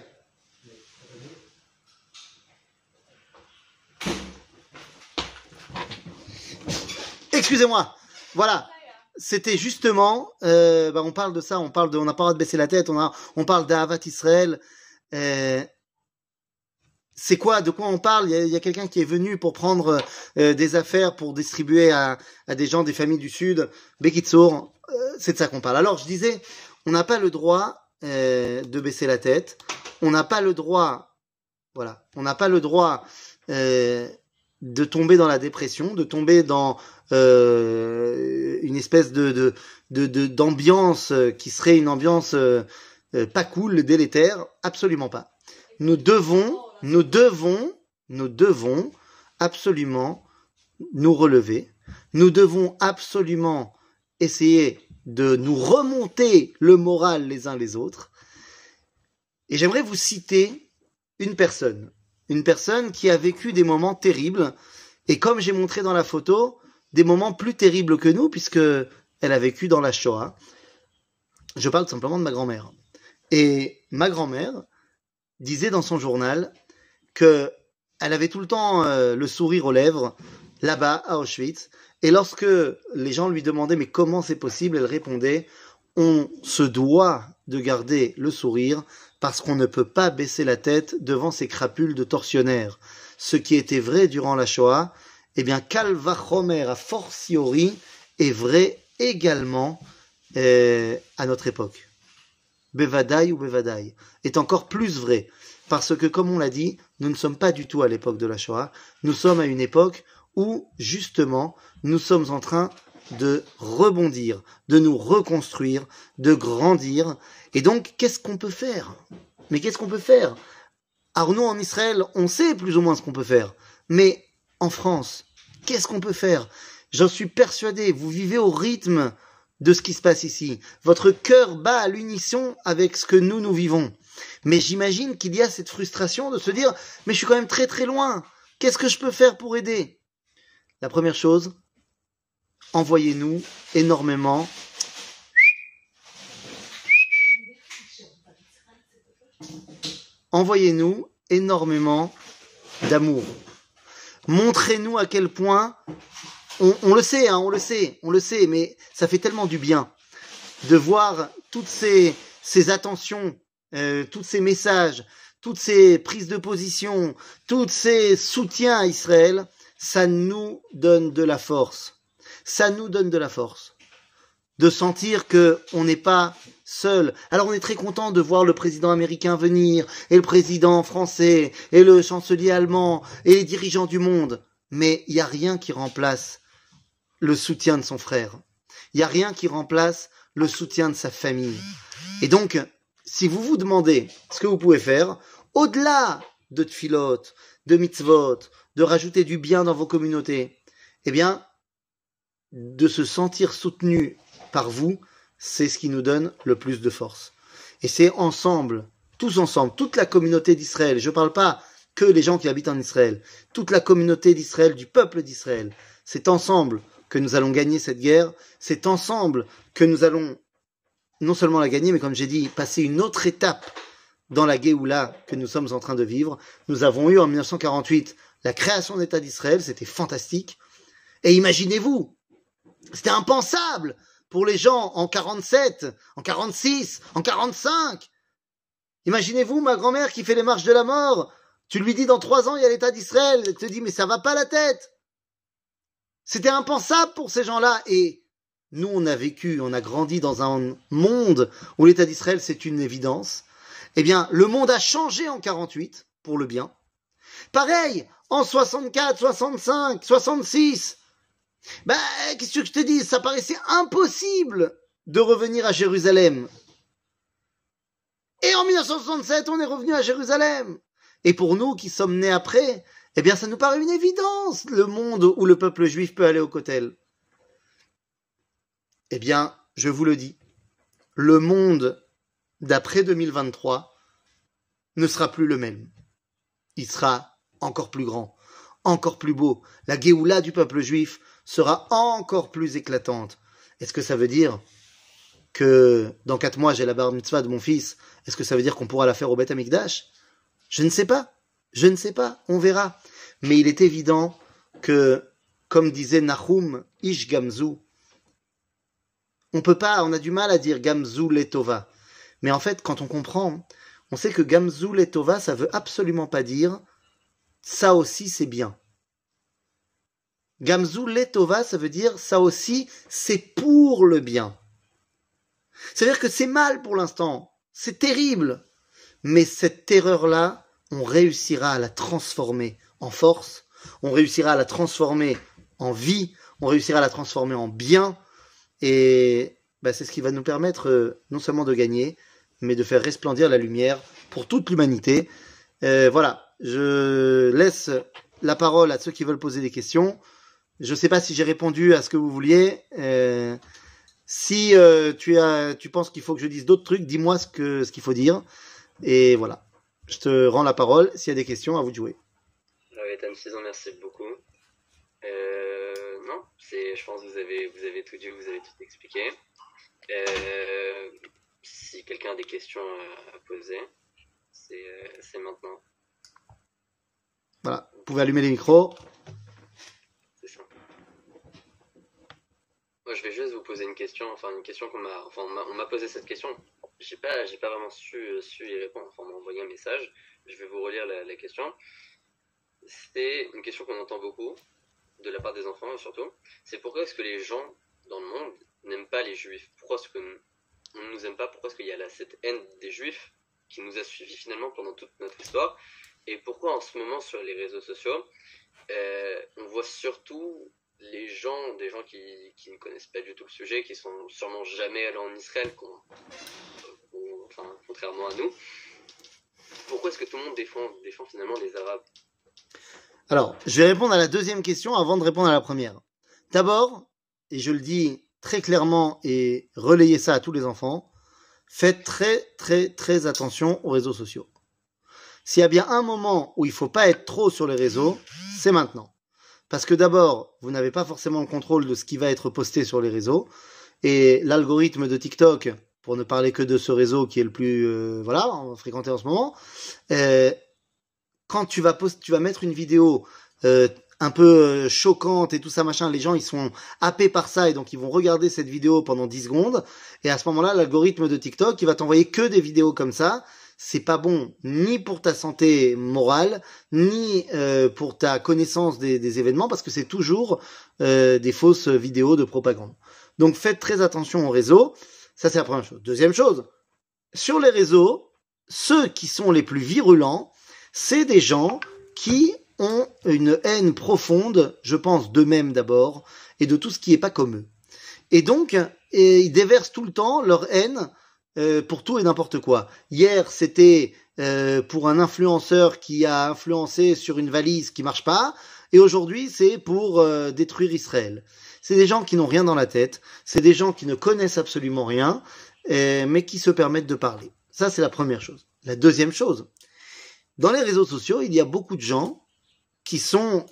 Excusez-moi. Voilà. C'était justement, on parle de ça, on n'a pas le droit de baisser la tête, on parle d'Ahavat Israël. C'est quoi, de quoi on parle? Il y a quelqu'un qui est venu pour prendre des affaires pour distribuer à des gens des familles du Sud. Bekitsour, c'est de ça qu'on parle. Alors je disais, on n'a pas le droit de baisser la tête. On n'a pas le droit, voilà, on n'a pas le droit de tomber dans la dépression, de tomber dans une espèce d'ambiance qui serait une ambiance pas cool, délétère, absolument pas. Nous devons absolument nous relever. Nous devons absolument essayer de nous remonter le moral les uns les autres. Et j'aimerais vous citer une personne qui a vécu des moments terribles, et comme j'ai montré dans la photo, des moments plus terribles que nous, puisque elle a vécu dans la Shoah. Je parle simplement de ma grand-mère. Et ma grand-mère disait dans son journal que elle avait tout le temps le sourire aux lèvres, là-bas, à Auschwitz, et lorsque les gens lui demandaient « mais comment c'est possible ?», elle répondait « on se doit de garder le sourire parce qu'on ne peut pas baisser la tête devant ces crapules de tortionnaires. » Ce qui était vrai durant la Shoah, eh bien, Kal vachomer a fortiori est vrai également à notre époque. Bevadaï ou Bevadaï est encore plus vrai, parce que, comme on l'a dit, nous ne sommes pas du tout à l'époque de la Shoah, nous sommes à une époque où, justement, nous sommes en train de rebondir, de nous reconstruire, de grandir. Et donc, qu'est-ce qu'on peut faire? Mais qu'est-ce qu'on peut faire? Alors nous, en Israël, on sait plus ou moins ce qu'on peut faire. Mais en France, qu'est-ce qu'on peut faire? J'en suis persuadé, vous vivez au rythme de ce qui se passe ici. Votre cœur bat à l'unisson avec ce que nous vivons. Mais j'imagine qu'il y a cette frustration de se dire « mais je suis quand même très très loin. Qu'est-ce que je peux faire pour aider ?» La première chose, envoyez-nous énormément d'amour. Montrez-nous à quel point, on le sait, mais ça fait tellement du bien de voir toutes ces attentions, tous ces messages, toutes ces prises de position, tous ces soutiens à Israël. Ça nous donne de la force. Ça nous donne de la force. De sentir que on n'est pas seul. Alors on est très content de voir le président américain venir, et le président français, et le chancelier allemand, et les dirigeants du monde. mais il n'y a rien qui remplace le soutien de son frère. Il n'y a rien qui remplace le soutien de sa famille. Et donc, si vous vous demandez ce que vous pouvez faire, au-delà de tfilot, de mitzvot, de rajouter du bien dans vos communautés, eh bien, de se sentir soutenu par vous, c'est ce qui nous donne le plus de force. Et c'est ensemble, tous ensemble, toute la communauté d'Israël, je ne parle pas que les gens qui habitent en Israël, toute la communauté d'Israël, du peuple d'Israël, c'est ensemble que nous allons gagner cette guerre, c'est ensemble que nous allons non seulement la gagner, mais comme j'ai dit, passer une autre étape dans la Géoula que nous sommes en train de vivre. Nous avons eu en 1948 la création d'État d'Israël, c'était fantastique. Et imaginez-vous, c'était impensable pour les gens en 47, en 46, en 45. Imaginez-vous ma grand-mère qui fait les marches de la mort. Tu lui dis dans 3 ans il y a l'État d'Israël, elle te dit mais ça va pas la tête. C'était impensable pour ces gens-là. Et nous on a vécu, on a grandi dans un monde où l'État d'Israël c'est une évidence. Eh bien le monde a changé en 48 pour le bien. Pareil en 64, 65, 66. Qu'est-ce que je te dis, ça paraissait impossible de revenir à Jérusalem. Et en 1967, on est revenu à Jérusalem. Et pour nous qui sommes nés après, eh bien, ça nous paraît une évidence, le monde où le peuple juif peut aller au Kotel. Eh bien, je vous le dis, le monde d'après 2023 ne sera plus le même. Il sera encore plus grand, encore plus beau. La Géoula du peuple juif sera encore plus éclatante. Est-ce que ça veut dire que dans 4 mois j'ai la bar mitzvah de mon fils? Est-ce que ça veut dire qu'on pourra la faire au Beth Amikdash? Je ne sais pas, on verra. Mais il est évident que, comme disait Nahum Ish Gamzu, on a du mal à dire Gamzu Letova. Mais en fait, quand on comprend, on sait que Gamzu Letova, ça veut absolument pas dire ça aussi c'est bien. Gamzu Letova, ça veut dire ça aussi c'est pour le bien. C'est-à-dire que c'est mal pour l'instant, c'est terrible, mais cette terreur-là, on réussira à la transformer en force, on réussira à la transformer en vie, on réussira à la transformer en bien, et c'est ce qui va nous permettre non seulement de gagner, mais de faire resplendir la lumière pour toute l'humanité. Voilà, je laisse la parole à ceux qui veulent poser des questions. Je ne sais pas si j'ai répondu à ce que vous vouliez. Si tu penses qu'il faut que je dise d'autres trucs, dis-moi ce qu'il faut dire. Et voilà. Je te rends la parole. S'il y a des questions, à vous de jouer. Ethan Cison, merci beaucoup. Non, je pense que vous avez tout dit, vous avez tout expliqué. Si quelqu'un a des questions à poser, c'est maintenant. Voilà. Vous pouvez allumer les micros. Moi, je vais juste vous poser une question, une question on m'a posé cette question. J'ai pas vraiment su y répondre. On m'a envoyé un message. Je vais vous relire la question. C'est une question qu'on entend beaucoup de la part des enfants surtout. C'est pourquoi est-ce que les gens dans le monde n'aiment pas les juifs? Pourquoi est-ce qu'on ne nous aime pas? Pourquoi est-ce qu'il y a cette haine des juifs qui nous a suivis finalement pendant toute notre histoire? Et pourquoi en ce moment sur les réseaux sociaux, on voit surtout des gens qui ne connaissent pas du tout le sujet, qui sont sûrement jamais allés en Israël, contrairement à nous. Pourquoi est-ce que tout le monde défend finalement les Arabes? Alors, je vais répondre à la deuxième question avant de répondre à la première. D'abord, et je le dis très clairement et relayez ça à tous les enfants, faites très très très attention aux réseaux sociaux. S'il y a bien un moment où il ne faut pas être trop sur les réseaux, c'est maintenant. Parce que d'abord, vous n'avez pas forcément le contrôle de ce qui va être posté sur les réseaux. Et l'algorithme de TikTok, pour ne parler que de ce réseau qui est le plus fréquenté en ce moment, quand tu vas mettre une vidéo un peu choquante et tout ça machin, les gens ils sont happés par ça et donc ils vont regarder cette vidéo pendant 10 secondes. Et à ce moment-là, l'algorithme de TikTok, il va t'envoyer que des vidéos comme ça. C'est pas bon ni pour ta santé morale, ni pour ta connaissance des événements, parce que c'est toujours des fausses vidéos de propagande. Donc faites très attention aux réseaux, ça c'est la première chose. Deuxième chose, sur les réseaux, ceux qui sont les plus virulents, c'est des gens qui ont une haine profonde, je pense, d'eux-mêmes d'abord, et de tout ce qui n'est pas comme eux. Et donc, ils déversent tout le temps leur haine pour tout et n'importe quoi. Hier, c'était pour un influenceur qui a influencé sur une valise qui marche pas, et aujourd'hui, c'est pour détruire Israël. C'est des gens qui n'ont rien dans la tête, c'est des gens qui ne connaissent absolument rien, mais qui se permettent de parler. Ça, c'est la première chose. La deuxième chose, dans les réseaux sociaux, il y a beaucoup de gens qui sont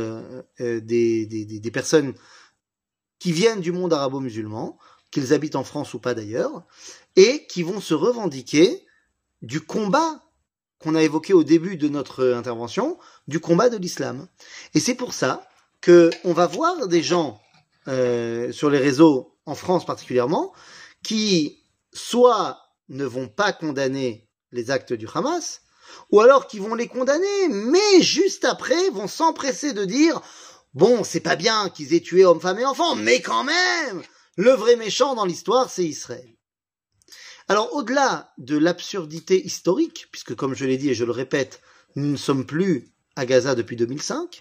des personnes qui viennent du monde arabo-musulman, qu'ils habitent en France ou pas d'ailleurs, et qui vont se revendiquer du combat qu'on a évoqué au début de notre intervention, du combat de l'islam. Et c'est pour ça que on va voir des gens sur les réseaux, en France particulièrement, qui soit ne vont pas condamner les actes du Hamas, ou alors qui vont les condamner, mais juste après vont s'empresser de dire « Bon, c'est pas bien qu'ils aient tué hommes, femmes et enfants, mais quand même, le vrai méchant dans l'histoire, c'est Israël. » Alors, au-delà de l'absurdité historique, puisque comme je l'ai dit et je le répète, nous ne sommes plus à Gaza depuis 2005,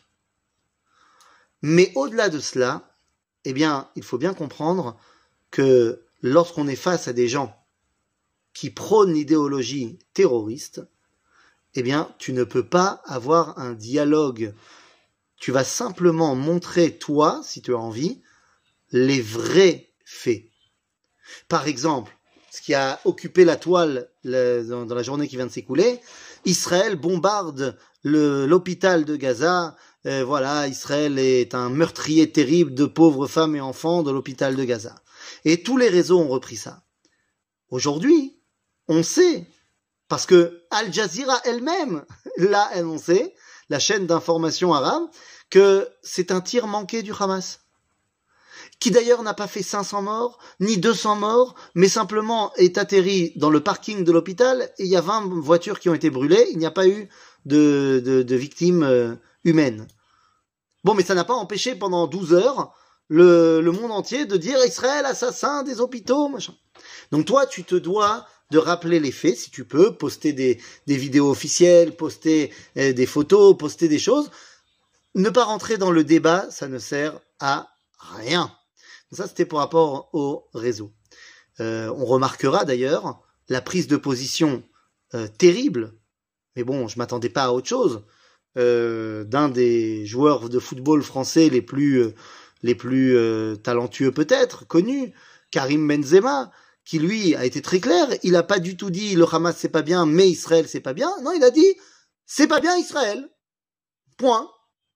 mais au-delà de cela, eh bien, il faut bien comprendre que lorsqu'on est face à des gens qui prônent l'idéologie terroriste, eh bien, tu ne peux pas avoir un dialogue. Tu vas simplement montrer, toi, si tu as envie, les vrais faits. Par exemple, ce qui a occupé la toile dans la journée qui vient de s'écouler, Israël bombarde l'hôpital de Gaza. Voilà, Israël est un meurtrier terrible de pauvres femmes et enfants de l'hôpital de Gaza. Et tous les réseaux ont repris ça. Aujourd'hui, on sait, parce que Al Jazeera elle-même l'a annoncé, la chaîne d'information arabe, que c'est un tir manqué du Hamas, qui d'ailleurs n'a pas fait 500 morts, ni 200 morts, mais simplement est atterri dans le parking de l'hôpital, et il y a 20 voitures qui ont été brûlées, il n'y a pas eu de victimes humaines. Bon, mais ça n'a pas empêché pendant 12 heures le monde entier de dire Israël assassin des hôpitaux, machin. Donc toi, tu te dois de rappeler les faits, si tu peux, poster des vidéos officielles, poster des photos, poster des choses. Ne pas rentrer dans le débat, ça ne sert à rien. Donc ça, c'était par rapport au réseau. On remarquera d'ailleurs la prise de position terrible, mais bon, je m'attendais pas à autre chose, d'un des joueurs de football français les plus talentueux peut-être, connus, Karim Benzema, qui lui a été très clair, il a pas du tout dit le Hamas c'est pas bien, mais Israël c'est pas bien. Non, il a dit c'est pas bien Israël. Point.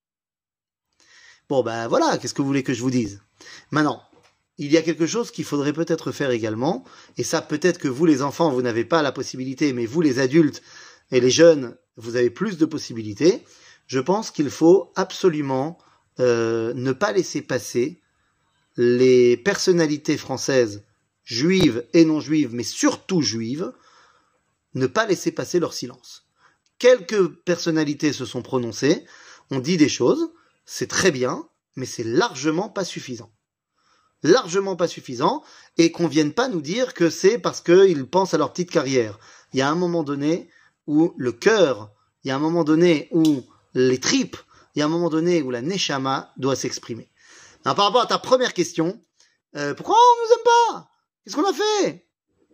Bon ben voilà, qu'est-ce que vous voulez que je vous dise? Maintenant, il y a quelque chose qu'il faudrait peut-être faire également, et ça peut-être que vous les enfants, vous n'avez pas la possibilité, mais vous les adultes et les jeunes, vous avez plus de possibilités. Je pense qu'il faut absolument ne pas laisser passer les personnalités françaises, juives et non juives, mais surtout juives, ne pas laisser passer leur silence. Quelques personnalités se sont prononcées, ont dit des choses, c'est très bien, mais c'est largement pas suffisant. Largement pas suffisant, et qu'on vienne pas nous dire que c'est parce qu'ils pensent à leur petite carrière. Il y a un moment donné où le cœur, il y a un moment donné où les tripes, il y a un moment donné où la neshama doit s'exprimer. Alors, par rapport à ta première question, pourquoi on nous aime pas? Qu'est-ce qu'on a fait?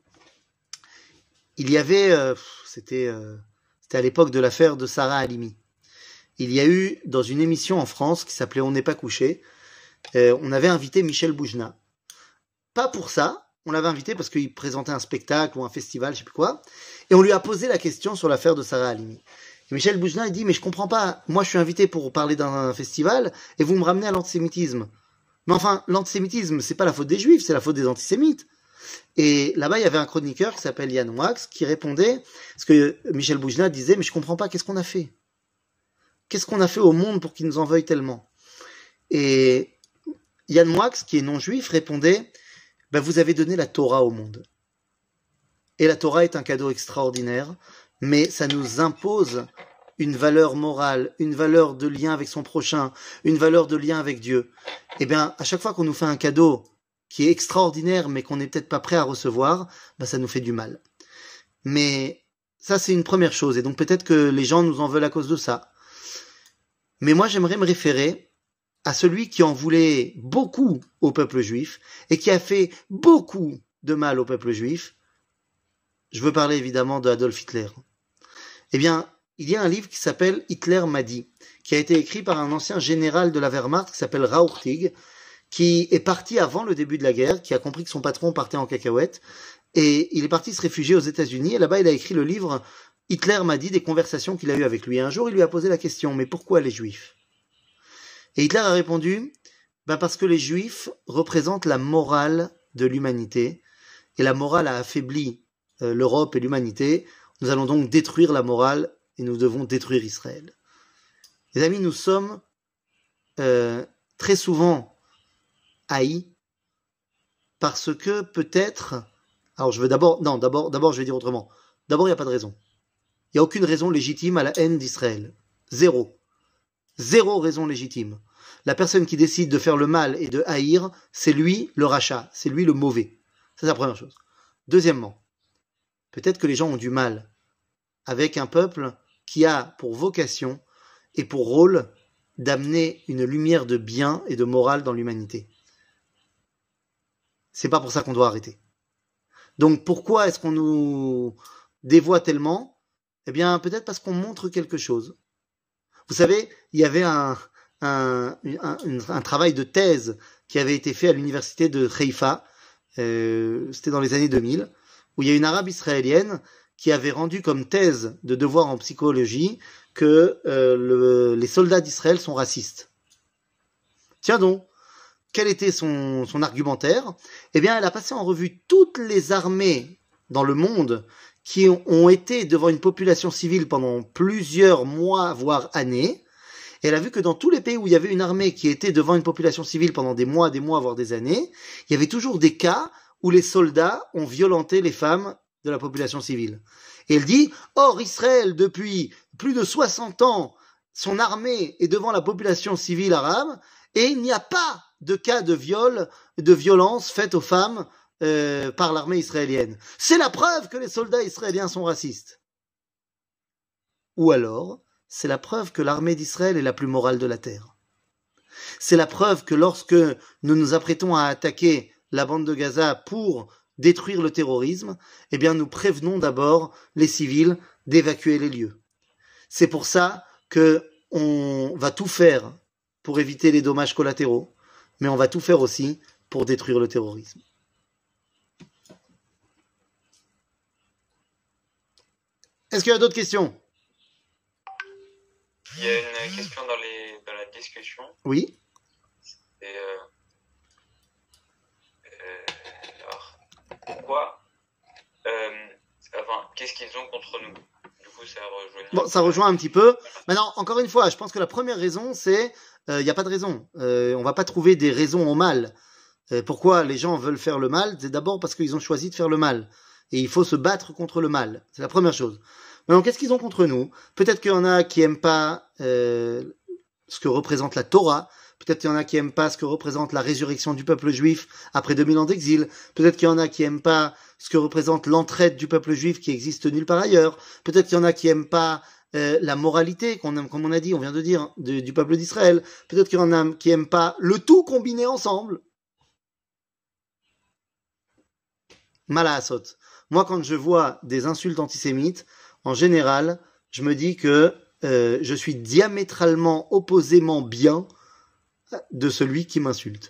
Il y avait, c'était à l'époque de l'affaire de Sarah Halimi. Il y a eu, dans une émission en France qui s'appelait On n'est pas couché, on avait invité Michel Boujna. Pas pour ça, on l'avait invité parce qu'il présentait un spectacle ou un festival, je sais plus quoi, et on lui a posé la question sur l'affaire de Sarah Halimi. Et Michel Boujna, il dit, mais je comprends pas, moi je suis invité pour parler d'un festival, et vous me ramenez à l'antisémitisme. Mais enfin, l'antisémitisme, c'est pas la faute des juifs, c'est la faute des antisémites. Et là-bas, il y avait un chroniqueur qui s'appelle Yann Wax, qui répondait, parce que Michel Boujna disait, mais je comprends pas, qu'est-ce qu'on a fait? Qu'est-ce qu'on a fait au monde pour qu'il nous en veuille tellement? Et Yann Wax, qui est non-juif, répondait, ben vous avez donné la Torah au monde. Et la Torah est un cadeau extraordinaire, mais ça nous impose une valeur morale, une valeur de lien avec son prochain, une valeur de lien avec Dieu. Eh bien, à chaque fois qu'on nous fait un cadeau qui est extraordinaire, mais qu'on n'est peut-être pas prêt à recevoir, ben ça nous fait du mal. Mais ça, c'est une première chose, et donc peut-être que les gens nous en veulent à cause de ça. Mais moi, j'aimerais me référer à celui qui en voulait beaucoup au peuple juif et qui a fait beaucoup de mal au peuple juif. Je veux parler évidemment de Adolf Hitler. Eh bien, il y a un livre qui s'appelle Hitler m'a dit, qui a été écrit par un ancien général de la Wehrmacht qui s'appelle Rauchtig, qui est parti avant le début de la guerre, qui a compris que son patron partait en cacahuète, et il est parti se réfugier aux États-Unis, et là-bas il a écrit le livre Hitler m'a dit, des conversations qu'il a eues avec lui. Et un jour il lui a posé la question, mais pourquoi les Juifs? Et Hitler a répondu, parce que les Juifs représentent la morale de l'humanité, et la morale a affaibli l'Europe et l'humanité. Nous allons donc détruire la morale, et nous devons détruire Israël. Les amis, nous sommes très souvent haïs parce que peut-être... Alors je vais d'abord je vais dire autrement. D'abord, il n'y a pas de raison. Il n'y a aucune raison légitime à la haine d'Israël. Zéro raison légitime. La personne qui décide de faire le mal et de haïr, c'est lui le rachat, c'est lui le mauvais. Ça, c'est la première chose. Deuxièmement, peut-être que les gens ont du mal avec un peuple qui a pour vocation et pour rôle d'amener une lumière de bien et de morale dans l'humanité. C'est pas pour ça qu'on doit arrêter. Donc pourquoi est-ce qu'on nous dévoie tellement? Eh bien, peut-être parce qu'on montre quelque chose. Vous savez, il y avait un travail de thèse qui avait été fait à l'université de Haïfa, c'était dans les années 2000, où il y a une arabe israélienne qui avait rendu comme thèse de devoir en psychologie que les soldats d'Israël sont racistes. Tiens donc, quel était son argumentaire? Eh bien, elle a passé en revue toutes les armées dans le monde qui ont été devant une population civile pendant plusieurs mois, voire années. Et elle a vu que dans tous les pays où il y avait une armée qui était devant une population civile pendant des mois, voire des années, il y avait toujours des cas où les soldats ont violenté les femmes de la population civile. Et elle dit, or Israël, depuis plus de 60 ans, son armée est devant la population civile arabe, et il n'y a pas de cas de viol, de violence faite aux femmes par l'armée israélienne. C'est la preuve que les soldats israéliens sont racistes. Ou alors, c'est la preuve que l'armée d'Israël est la plus morale de la terre. C'est la preuve que lorsque nous nous apprêtons à attaquer la bande de Gaza pour détruire le terrorisme, eh bien nous prévenons d'abord les civils d'évacuer les lieux. C'est pour ça que on va tout faire pour éviter les dommages collatéraux, mais on va tout faire aussi pour détruire le terrorisme. Est-ce qu'il y a d'autres questions? Il y a une question dans la discussion. Oui. Et alors, pourquoi qu'est-ce qu'ils ont contre nous? Du coup, ça rejoint. Bon, ça rejoint un petit peu. Maintenant, encore une fois, je pense que la première raison, c'est il n'y a pas de raison. On va pas trouver des raisons au mal. Pourquoi les gens veulent faire le mal? C'est d'abord parce qu'ils ont choisi de faire le mal. Et il faut se battre contre le mal. C'est la première chose. Maintenant, qu'est-ce qu'ils ont contre nous? Peut-être qu'il y en a qui aiment pas ce que représente la Torah. Peut-être qu'il y en a qui aiment pas ce que représente la résurrection du peuple juif après 2000 ans d'exil. Peut-être qu'il y en a qui aiment pas ce que représente l'entraide du peuple juif qui existe nulle part ailleurs. Peut-être qu'il y en a qui aiment pas la moralité, comme on a dit, on vient de dire, du peuple d'Israël. Peut-être qu'il y en a qui aiment pas le tout combiné ensemble. Malasot. Moi, quand je vois des insultes antisémites, en général, je me dis que je suis diamétralement, opposément bien de celui qui m'insulte.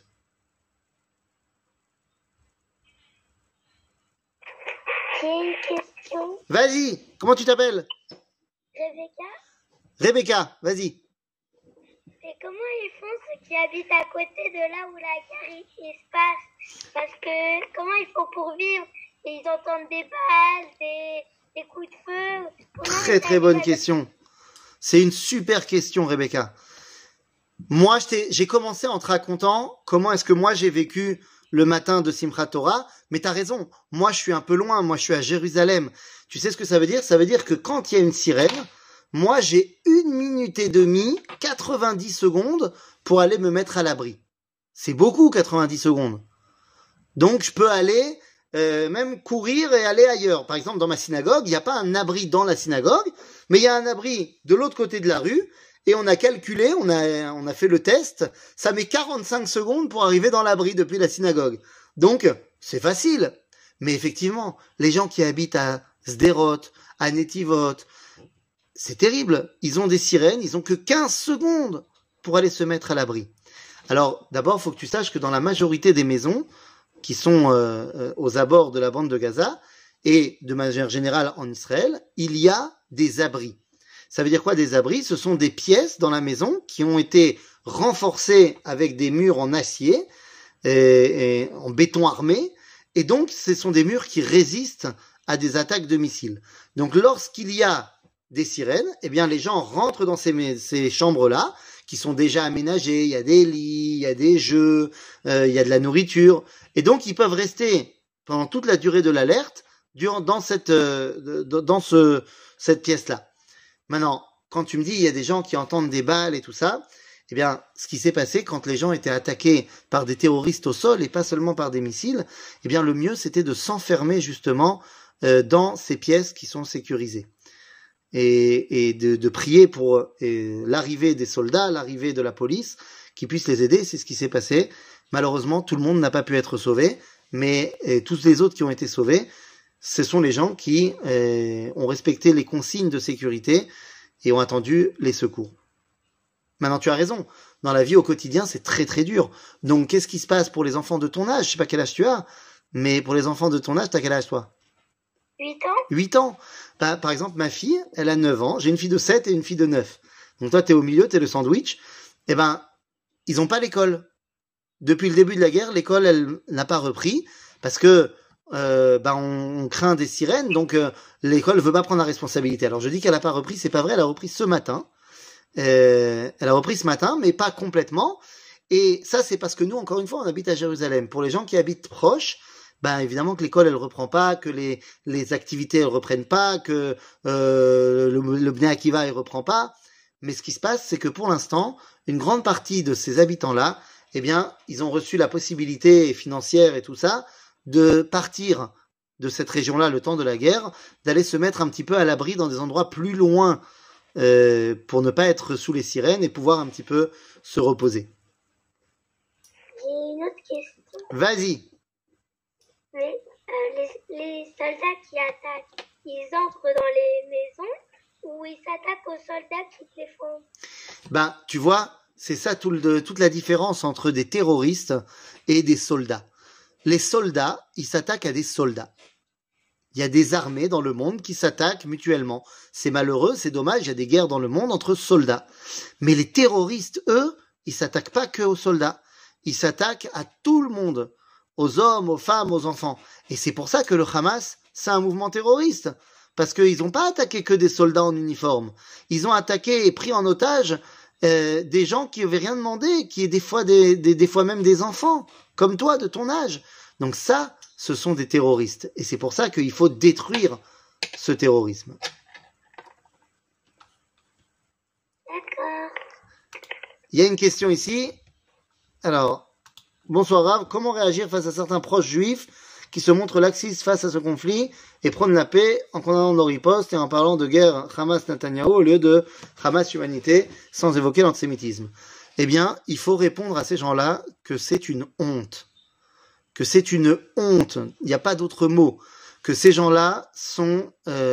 J'ai une question. Vas-y, comment tu t'appelles? Rebecca, Rebecca, vas-y. et comment ils font ceux qui habitent à côté de là où la guerre il se passe? Parce que comment ils font pour vivre? Et ils entendent des balles, des coups de feu. Comment Très bonne question. C'est une super question, Rebecca. Moi, j'ai commencé en te racontant comment est-ce que moi j'ai vécu le matin de Simchat Torah, mais t'as raison. Moi, je suis un peu loin. Moi, je suis à Jérusalem. Tu sais ce que ça veut dire? Ça veut dire que quand il y a une sirène, moi, j'ai 1 minute et demie, 90 secondes pour aller me mettre à l'abri. C'est beaucoup, 90 secondes. Donc, je peux aller même courir et aller ailleurs. Par exemple, dans ma synagogue, il n'y a pas un abri dans la synagogue, mais il y a un abri de l'autre côté de la rue. et on a calculé, on a fait le test, ça met 45 secondes pour arriver dans l'abri depuis la synagogue. Donc, c'est facile. Mais effectivement, les gens qui habitent à Sderot, à Netivot, c'est terrible. Ils ont des sirènes, ils ont que 15 secondes pour aller se mettre à l'abri. Alors, d'abord, il faut que tu saches que dans la majorité des maisons qui sont aux abords de la bande de Gaza, et de manière générale en Israël, il y a des abris. Ça veut dire quoi des abris? Ce sont des pièces dans la maison qui ont été renforcées avec des murs en acier et en béton armé, et donc ce sont des murs qui résistent à des attaques de missiles. Donc lorsqu'il y a des sirènes, eh bien les gens rentrent dans ces chambres-là, qui sont déjà aménagées, il y a des lits, il y a des jeux, il y a de la nourriture, et donc ils peuvent rester pendant toute la durée de l'alerte dans cette pièce-là. Maintenant, quand tu me dis il y a des gens qui entendent des balles et tout ça, eh bien, ce qui s'est passé quand les gens étaient attaqués par des terroristes au sol et pas seulement par des missiles, eh bien le mieux c'était de s'enfermer justement dans ces pièces qui sont sécurisées et de prier pour l'arrivée des soldats, l'arrivée de la police qui puisse les aider. C'est ce qui s'est passé. Malheureusement, tout le monde n'a pas pu être sauvé, mais tous les autres qui ont été sauvés, ce sont les gens qui ont respecté les consignes de sécurité et ont attendu les secours. Maintenant, tu as raison. Dans la vie au quotidien, c'est très très dur. Donc, qu'est-ce qui se passe pour les enfants de ton âge? Je sais pas quel âge tu as, mais pour les enfants de ton âge, t'as quel âge toi? 8 ans. 8 ans. Bah, par exemple, ma fille, elle a 9 ans. J'ai une fille de 7 et une fille de 9. Donc toi, t'es au milieu, t'es le sandwich. Eh ben, ils ont pas l'école. Depuis le début de la guerre, l'école, elle n'a pas repris parce que on craint des sirènes, donc l'école veut pas prendre la responsabilité. Alors je dis qu'elle a pas repris, c'est pas vrai, elle a repris ce matin. Elle a repris ce matin, mais pas complètement. Et ça, c'est parce que nous, encore une fois, on habite à Jérusalem. Pour les gens qui habitent proches, ben évidemment que l'école elle reprend pas, que les activités elles reprennent pas, que le Bnei Akiva il reprend pas. Mais ce qui se passe, c'est que pour l'instant, une grande partie de ces habitants-là, eh bien, ils ont reçu la possibilité financière et tout ça de partir de cette région-là le temps de la guerre, d'aller se mettre un petit peu à l'abri dans des endroits plus loin pour ne pas être sous les sirènes et pouvoir un petit peu se reposer. J'ai une autre question. Vas-y. Mais les soldats qui attaquent, ils entrent dans les maisons ou ils s'attaquent aux soldats qui défendent? Ben, tu vois, c'est ça toute la différence entre des terroristes et des soldats. Les soldats, ils s'attaquent à des soldats. Il y a des armées dans le monde qui s'attaquent mutuellement. C'est malheureux, c'est dommage, il y a des guerres dans le monde entre soldats. Mais les terroristes, eux, ils s'attaquent pas que aux soldats. Ils s'attaquent à tout le monde. Aux hommes, aux femmes, aux enfants. Et c'est pour ça que le Hamas, c'est un mouvement terroriste. Parce qu'ils n'ont pas attaqué que des soldats en uniforme. Ils ont attaqué et pris en otage des gens qui n'avaient rien demandé, qui est des fois même des enfants, comme toi, de ton âge. Donc ça, ce sont des terroristes. Et c'est pour ça qu'il faut détruire ce terrorisme. D'accord. Il y a une question ici. Alors, bonsoir Rav, comment réagir face à certains proches juifs qui se montrent laxistes face à ce conflit et prônent la paix en condamnant nos ripostes et en parlant de guerre Hamas-Netanyahou au lieu de Hamas-Humanité sans évoquer l'antisémitisme? Eh bien, il faut répondre à ces gens-là que c'est une honte. Que c'est une honte. Il n'y a pas d'autre mot. Que ces gens-là sont...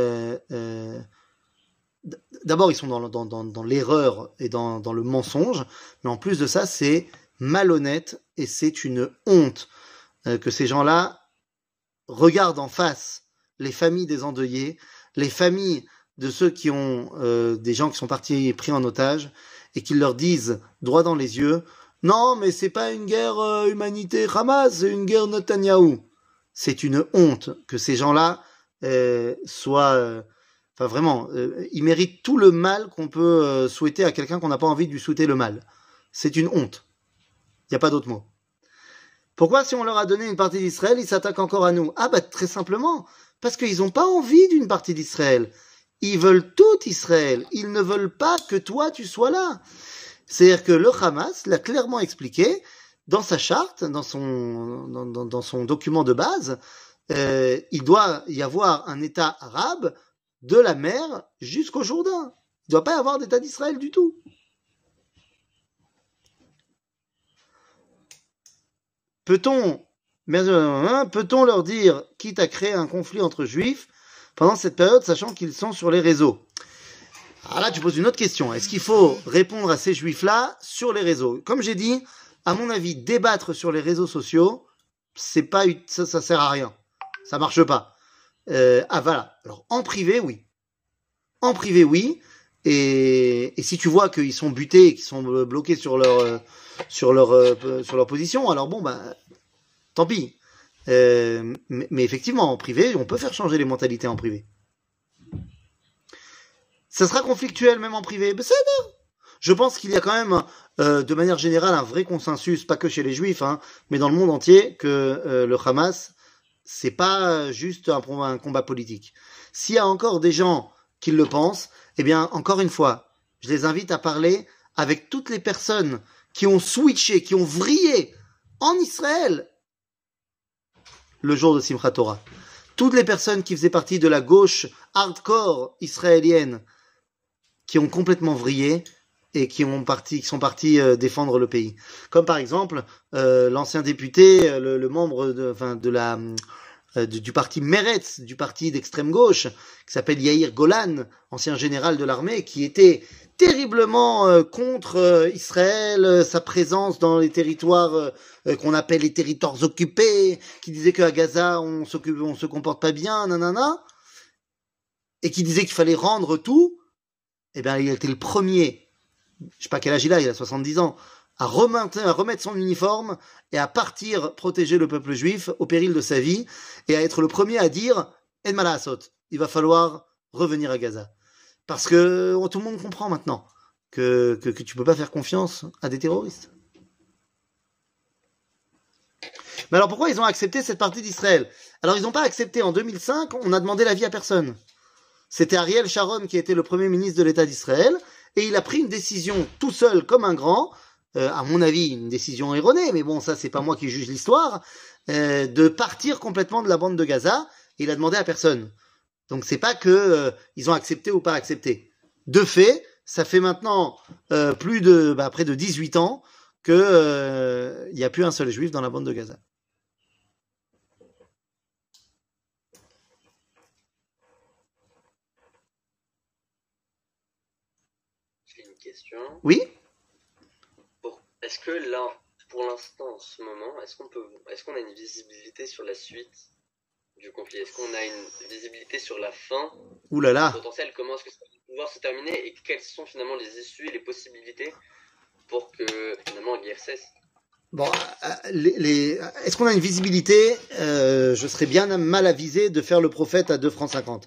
D'abord, ils sont dans l'erreur et dans le mensonge, mais en plus de ça, c'est malhonnête et c'est une honte que ces gens-là regardent en face les familles des endeuillés, les familles de ceux qui ont des gens qui sont partis pris en otage et qu'ils leur disent droit dans les yeux: non, mais c'est pas une guerre humanité Hamas, c'est une guerre Netanyahou. C'est une honte que ces gens-là soient... Enfin vraiment, ils méritent tout le mal qu'on peut souhaiter à quelqu'un qu'on n'a pas envie de lui souhaiter le mal. C'est une honte. Il n'y a pas d'autre mot. Pourquoi, si on leur a donné une partie d'Israël, ils s'attaquent encore à nous? Ah bah très simplement, parce qu'ils n'ont pas envie d'une partie d'Israël. Ils veulent tout Israël. Ils ne veulent pas que toi tu sois là. C'est-à-dire que le Hamas l'a clairement expliqué dans sa charte, dans son document de base. Il doit y avoir un État arabe de la mer jusqu'au Jourdain. Il ne doit pas y avoir d'État d'Israël du tout. peut-on leur dire, quitte à créer un conflit entre juifs pendant cette période, sachant qu'ils sont sur les réseaux? Alors là, tu poses une autre question. Est-ce qu'il faut répondre à ces juifs-là sur les réseaux? Comme j'ai dit, à mon avis, débattre sur les réseaux sociaux, ça sert à rien. Ça marche pas. Voilà. Alors, en privé, oui. En privé, oui. Et si tu vois qu'ils sont butés, qu'ils sont bloqués sur leur position, alors bon, tant pis. Mais effectivement, en privé, on peut faire changer les mentalités en privé. Ça sera conflictuel même en privé. C'est bien. Je pense qu'il y a quand même, de manière générale, un vrai consensus, pas que chez les juifs, mais dans le monde entier, que le Hamas, c'est pas juste un combat politique. S'il y a encore des gens qui le pensent, eh bien, encore une fois, je les invite à parler avec toutes les personnes qui ont switché, qui ont vrillé en Israël le jour de Simchat Torah. Toutes les personnes qui faisaient partie de la gauche hardcore israélienne, qui ont complètement vrillé et qui sont partis défendre le pays. Comme par exemple l'ancien député, le membre du parti Meretz, du parti d'extrême gauche, qui s'appelle Yair Golan, ancien général de l'armée, qui était terriblement contre Israël, sa présence dans les territoires qu'on appelle les territoires occupés, qui disait qu'à Gaza on se comporte pas bien, nanana, et qui disait qu'il fallait rendre tout. Eh bien, il a été le premier, je sais pas quel âge il a 70 ans, à remettre son uniforme et à partir protéger le peuple juif au péril de sa vie et à être le premier à dire « En malasot », il va falloir revenir à Gaza. Parce que tout le monde comprend maintenant que tu peux pas faire confiance à des terroristes. Mais alors pourquoi ils ont accepté cette partie d'Israël? Alors ils n'ont pas accepté en 2005, on a demandé l'avis à personne. C'était Ariel Sharon qui était le premier ministre de l'État d'Israël, et il a pris une décision tout seul comme un grand, à mon avis une décision erronée, mais bon ça c'est pas moi qui juge l'histoire, de partir complètement de la bande de Gaza, et il a demandé à personne. Donc c'est pas que ils ont accepté ou pas accepté. De fait, ça fait maintenant près de 18 ans que il y a plus un seul juif dans la bande de Gaza. Question. Oui. Est-ce que là, pour l'instant, en ce moment, est-ce qu'on a une visibilité sur la suite du conflit? Est-ce qu'on a une visibilité sur la fin potentielle? Comment est-ce que ça va pouvoir se terminer et quelles sont finalement les issues et les possibilités pour que finalement la guerre cesse? Bon, est-ce qu'on a une visibilité? Je serais bien mal avisé de faire le prophète à 2 francs 50,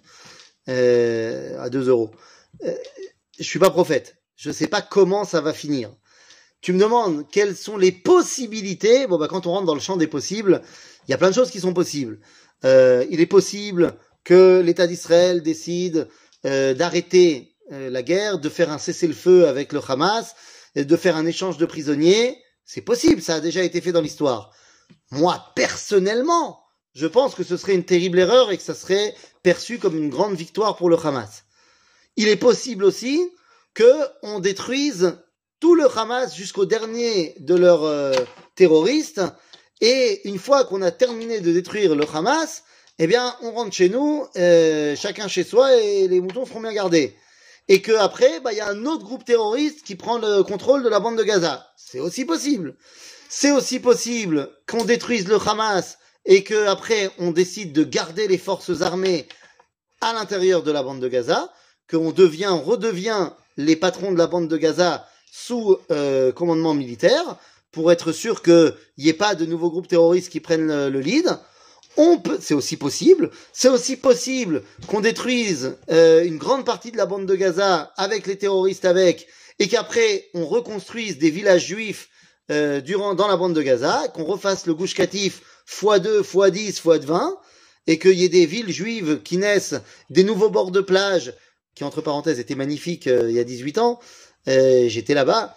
à 2 euros. Je suis pas prophète. Je sais pas comment ça va finir. Tu me demandes quelles sont les possibilités. Bon, quand on rentre dans le champ des possibles, il y a plein de choses qui sont possibles. Il est possible que l'État d'Israël décide d'arrêter la guerre, de faire un cessez-le-feu avec le Hamas, et de faire un échange de prisonniers. C'est possible, ça a déjà été fait dans l'histoire. Moi, personnellement, je pense que ce serait une terrible erreur et que ça serait perçu comme une grande victoire pour le Hamas. Il est possible aussi qu'on détruise tout le Hamas jusqu'au dernier de leurs terroristes, et une fois qu'on a terminé de détruire le Hamas, eh bien, on rentre chez nous, chacun chez soi, et les moutons seront bien gardés. Et que après, y a un autre groupe terroriste qui prend le contrôle de la bande de Gaza. C'est aussi possible. C'est aussi possible qu'on détruise le Hamas et que après on décide de garder les forces armées à l'intérieur de la bande de Gaza, qu'on redevient les patrons de la bande de Gaza sous commandement militaire, pour être sûr qu'il n'y ait pas de nouveaux groupes terroristes qui prennent le lead. C'est aussi possible qu'on détruise une grande partie de la bande de Gaza avec les terroristes et qu'après on reconstruise des villages juifs dans la bande de Gaza, qu'on refasse le Gush Katif x2, x10, x20, et qu'il y ait des villes juives qui naissent, des nouveaux bords de plage, qui entre parenthèses étaient magnifiques il y a 18 ans, j'étais là-bas,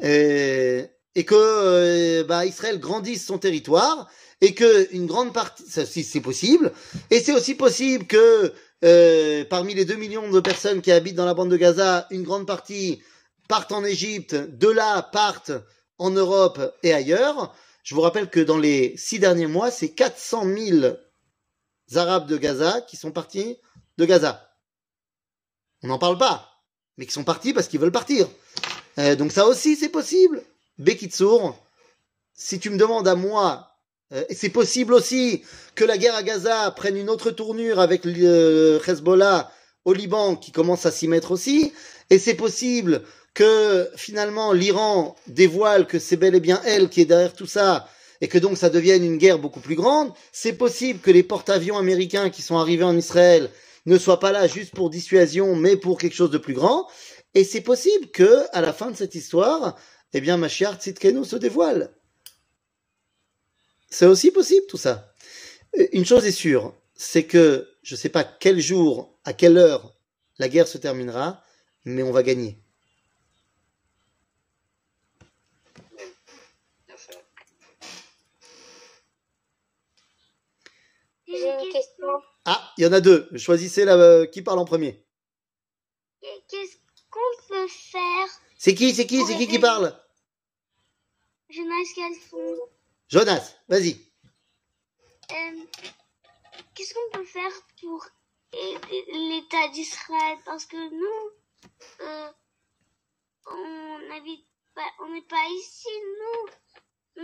et que Israël grandisse son territoire, et que une grande partie, ça c'est possible, et c'est aussi possible que parmi les 2 millions de personnes qui habitent dans la bande de Gaza, une grande partie partent en Égypte, de là partent en Europe et ailleurs, Je vous rappelle que dans les 6 derniers mois, c'est 400 000 Arabes de Gaza qui sont partis de Gaza. On n'en parle pas, mais qui sont partis parce qu'ils veulent partir. Donc ça aussi, c'est possible. Bekitsour, si tu me demandes à moi, c'est possible aussi que la guerre à Gaza prenne une autre tournure avec Hezbollah au Liban qui commence à s'y mettre aussi, et c'est possible que finalement l'Iran dévoile que c'est bel et bien elle qui est derrière tout ça, et que donc ça devienne une guerre beaucoup plus grande. C'est possible que les porte-avions américains qui sont arrivés en Israël ne soient pas là juste pour dissuasion, mais pour quelque chose de plus grand. Et c'est possible que, à la fin de cette histoire, eh bien, Mashiach Tzidkenu se dévoile. C'est aussi possible, tout ça. Une chose est sûre, c'est que je ne sais pas quel jour, à quelle heure la guerre se terminera, mais on va gagner. J'ai une question. Ah, il y en a deux. Choisissez qui parle en premier. Qu'est-ce qu'on peut faire? C'est qui parle? Jonas Calfon. Jonas, vas-y. Qu'est-ce qu'on peut faire pour aider l'État d'Israël? Parce que nous, on n'est pas ici, nous.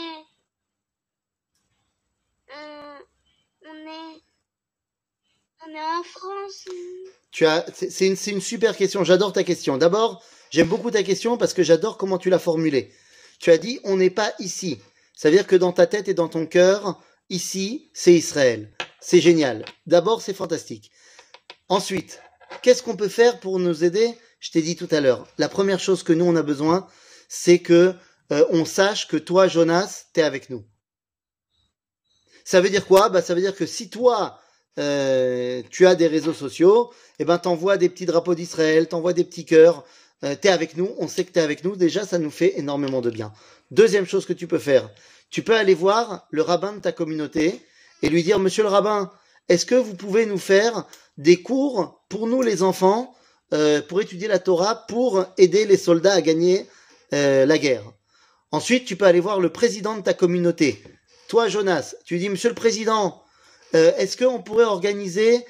On est en France. C'est une super question. J'adore ta question. D'abord, j'aime beaucoup ta question parce que j'adore comment tu l'as formulée. Tu as dit, on n'est pas ici. Ça veut dire que dans ta tête et dans ton cœur, ici, c'est Israël. C'est génial. D'abord, c'est fantastique. Ensuite, qu'est-ce qu'on peut faire pour nous aider? Je t'ai dit tout à l'heure. La première chose que nous, on a besoin, c'est que on sache que toi, Jonas, t'es avec nous. Ça veut dire quoi? Ça veut dire que si toi, tu as des réseaux sociaux, eh ben, t'envoies des petits drapeaux d'Israël, t'envoies des petits cœurs, t'es avec nous, on sait que t'es avec nous. Déjà, ça nous fait énormément de bien. Deuxième chose que tu peux faire, tu peux aller voir le rabbin de ta communauté et lui dire, monsieur le rabbin, est-ce que vous pouvez nous faire des cours pour nous les enfants, pour étudier la Torah, pour aider les soldats à gagner la guerre. Ensuite, tu peux aller voir le président de ta communauté. Toi, Jonas, tu dis, monsieur le président, est-ce qu'on pourrait organiser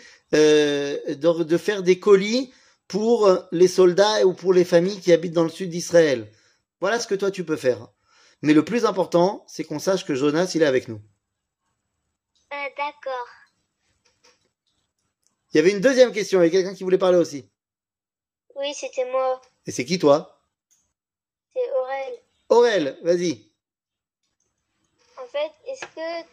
de faire des colis pour les soldats ou pour les familles qui habitent dans le sud d'Israël? Voilà ce que toi, tu peux faire. Mais le plus important, c'est qu'on sache que Jonas, il est avec nous. D'accord. Il y avait une deuxième question, il y a quelqu'un qui voulait parler aussi. Oui, c'était moi. Et c'est qui, toi? C'est Aurel. Aurel, vas-y. En fait, est-ce que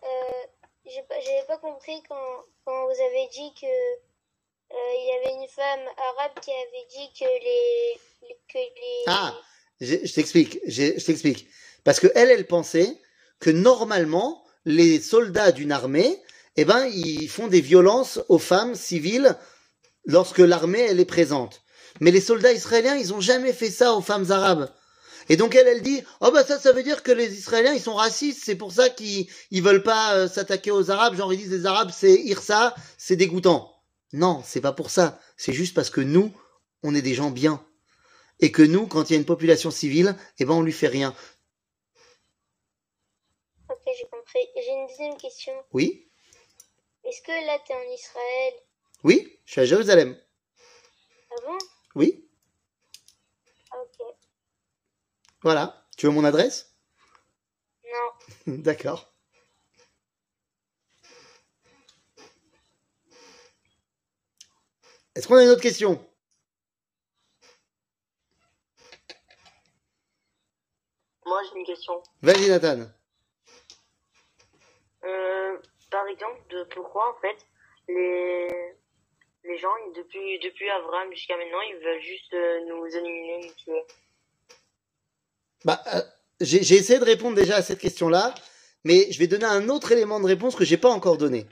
j'avais pas compris quand vous avez dit que il y avait une femme arabe qui avait dit que les Ah, je t'explique. Parce que elle pensait que normalement, les soldats d'une armée, eh ben, ils font des violences aux femmes civiles lorsque l'armée, elle est présente. Mais les soldats israéliens, ils ont jamais fait ça aux femmes arabes. Et donc elle dit, oh bah ça veut dire que les Israéliens, ils sont racistes, c'est pour ça qu'ils veulent pas s'attaquer aux Arabes, genre ils disent les Arabes c'est Irsa, c'est dégoûtant. Non, c'est pas pour ça, c'est juste parce que nous, on est des gens bien. Et que nous, quand il y a une population civile, eh ben on lui fait rien. Ok, j'ai compris. J'ai une deuxième question. Oui? Est-ce que là t'es en Israël? Oui, je suis à Jérusalem. Ah bon? Oui? Ok. Voilà. Tu veux mon adresse? Non. D'accord. Est-ce qu'on a une autre question? Moi, j'ai une question. Vas-y, Nathan. Par exemple, pourquoi, en fait, les gens, depuis Abraham jusqu'à maintenant, ils veulent juste nous éliminer, nous tuer. J'ai essayé de répondre déjà à cette question-là, mais je vais donner un autre élément de réponse que j'ai pas encore donné.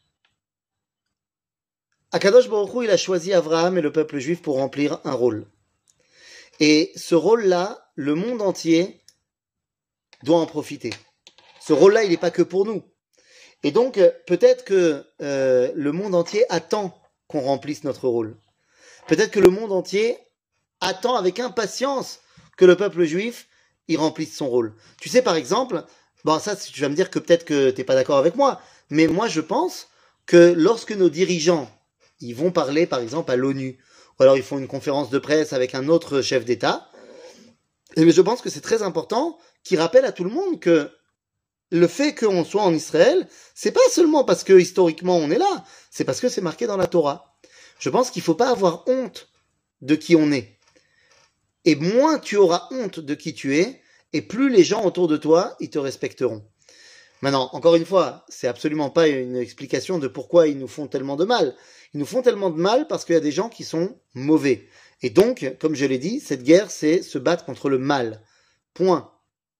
Akadosh Baruch Hu, il a choisi Abraham et le peuple juif pour remplir un rôle. Et ce rôle-là, le monde entier doit en profiter. Ce rôle-là, il n'est pas que pour nous. Et donc, peut-être que le monde entier attend qu'on remplisse notre rôle. Peut-être que le monde entier attend avec impatience que le peuple juif il remplisse son rôle. Tu sais, par exemple, bon, ça, tu vas me dire que peut-être que t'es pas d'accord avec moi, mais moi, je pense que lorsque nos dirigeants, ils vont parler, par exemple, à l'ONU, ou alors ils font une conférence de presse avec un autre chef d'État, et je pense que c'est très important qu'ils rappellent à tout le monde que le fait qu'on soit en Israël, c'est pas seulement parce que historiquement on est là, c'est parce que c'est marqué dans la Torah. Je pense qu'il faut pas avoir honte de qui on est. Et moins tu auras honte de qui tu es, et plus les gens autour de toi, ils te respecteront. Maintenant, encore une fois, c'est absolument pas une explication de pourquoi ils nous font tellement de mal. Ils nous font tellement de mal parce qu'il y a des gens qui sont mauvais. Et donc, comme je l'ai dit, cette guerre, c'est se battre contre le mal. Point.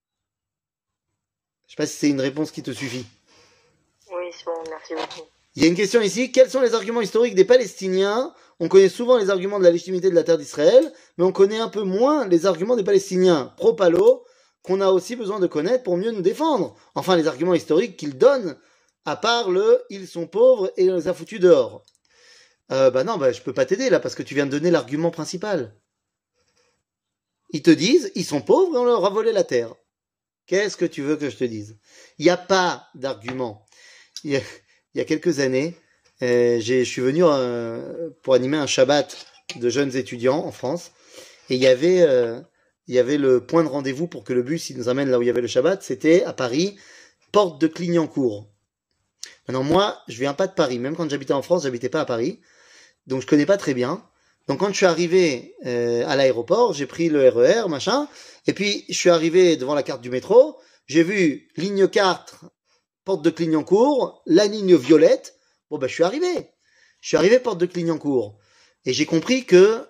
Je sais pas si c'est une réponse qui te suffit. Oui, c'est bon, merci beaucoup. Il y a une question ici. Quels sont les arguments historiques des Palestiniens? On connaît souvent les arguments de la légitimité de la terre d'Israël, mais on connaît un peu moins les arguments des Palestiniens pro-Palo, qu'on a aussi besoin de connaître pour mieux nous défendre. Enfin, les arguments historiques qu'ils donnent, à part le « ils sont pauvres et on les a foutus dehors ». Non, je peux pas t'aider là, parce que tu viens de donner l'argument principal. Ils te disent « ils sont pauvres et on leur a volé la terre ». Qu'est-ce que tu veux que je te dise? Il n'y a pas d'argument. Il y a quelques années, je suis venu pour animer un Shabbat de jeunes étudiants en France, et il y avait le point de rendez-vous pour que le bus il nous amène là où il y avait le Shabbat, c'était à Paris, porte de Clignancourt. Maintenant moi, je viens pas de Paris, même quand j'habitais en France, j'habitais pas à Paris, donc je connais pas très bien. Donc quand je suis arrivé à l'aéroport, j'ai pris le RER, machin, et puis je suis arrivé devant la carte du métro, j'ai vu ligne 4, porte de Clignancourt, la ligne violette. Bon, je suis arrivé. Je suis arrivé porte de Clignancourt. Et j'ai compris que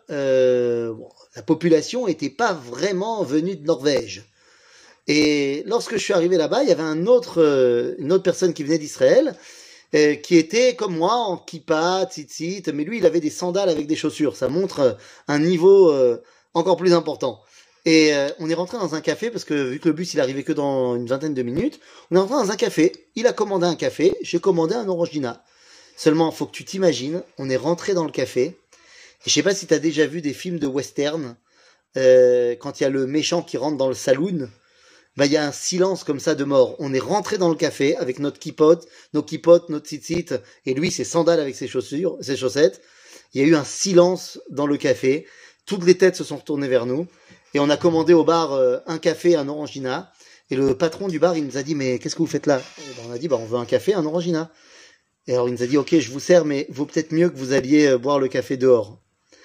la population n'était pas vraiment venue de Norvège. Et lorsque je suis arrivé là-bas, il y avait une autre personne qui venait d'Israël, qui était comme moi en kippa, tzitzit, mais lui il avait des sandales avec des chaussures. Ça montre un niveau encore plus important. Et on est rentré dans un café, parce que vu que le bus il arrivait que dans une vingtaine de minutes, on est rentré dans un café, il a commandé un café, j'ai commandé un orangina. Seulement, faut que tu t'imagines, on est rentré dans le café, et je sais pas si t'as déjà vu des films de western, quand il y a le méchant qui rentre dans le saloon, il y a un silence comme ça de mort. On est rentré dans le café avec notre kippote, notre tzitzit, et lui ses sandales avec ses chaussures, ses chaussettes. Il y a eu un silence dans le café, toutes les têtes se sont retournées vers nous, et on a commandé au bar un café, un orangina, et le patron du bar il nous a dit mais qu'est-ce que vous faites là? On a dit on veut un café, un orangina. Et alors il nous a dit ok je vous sers mais vaut peut-être mieux que vous alliez boire le café dehors.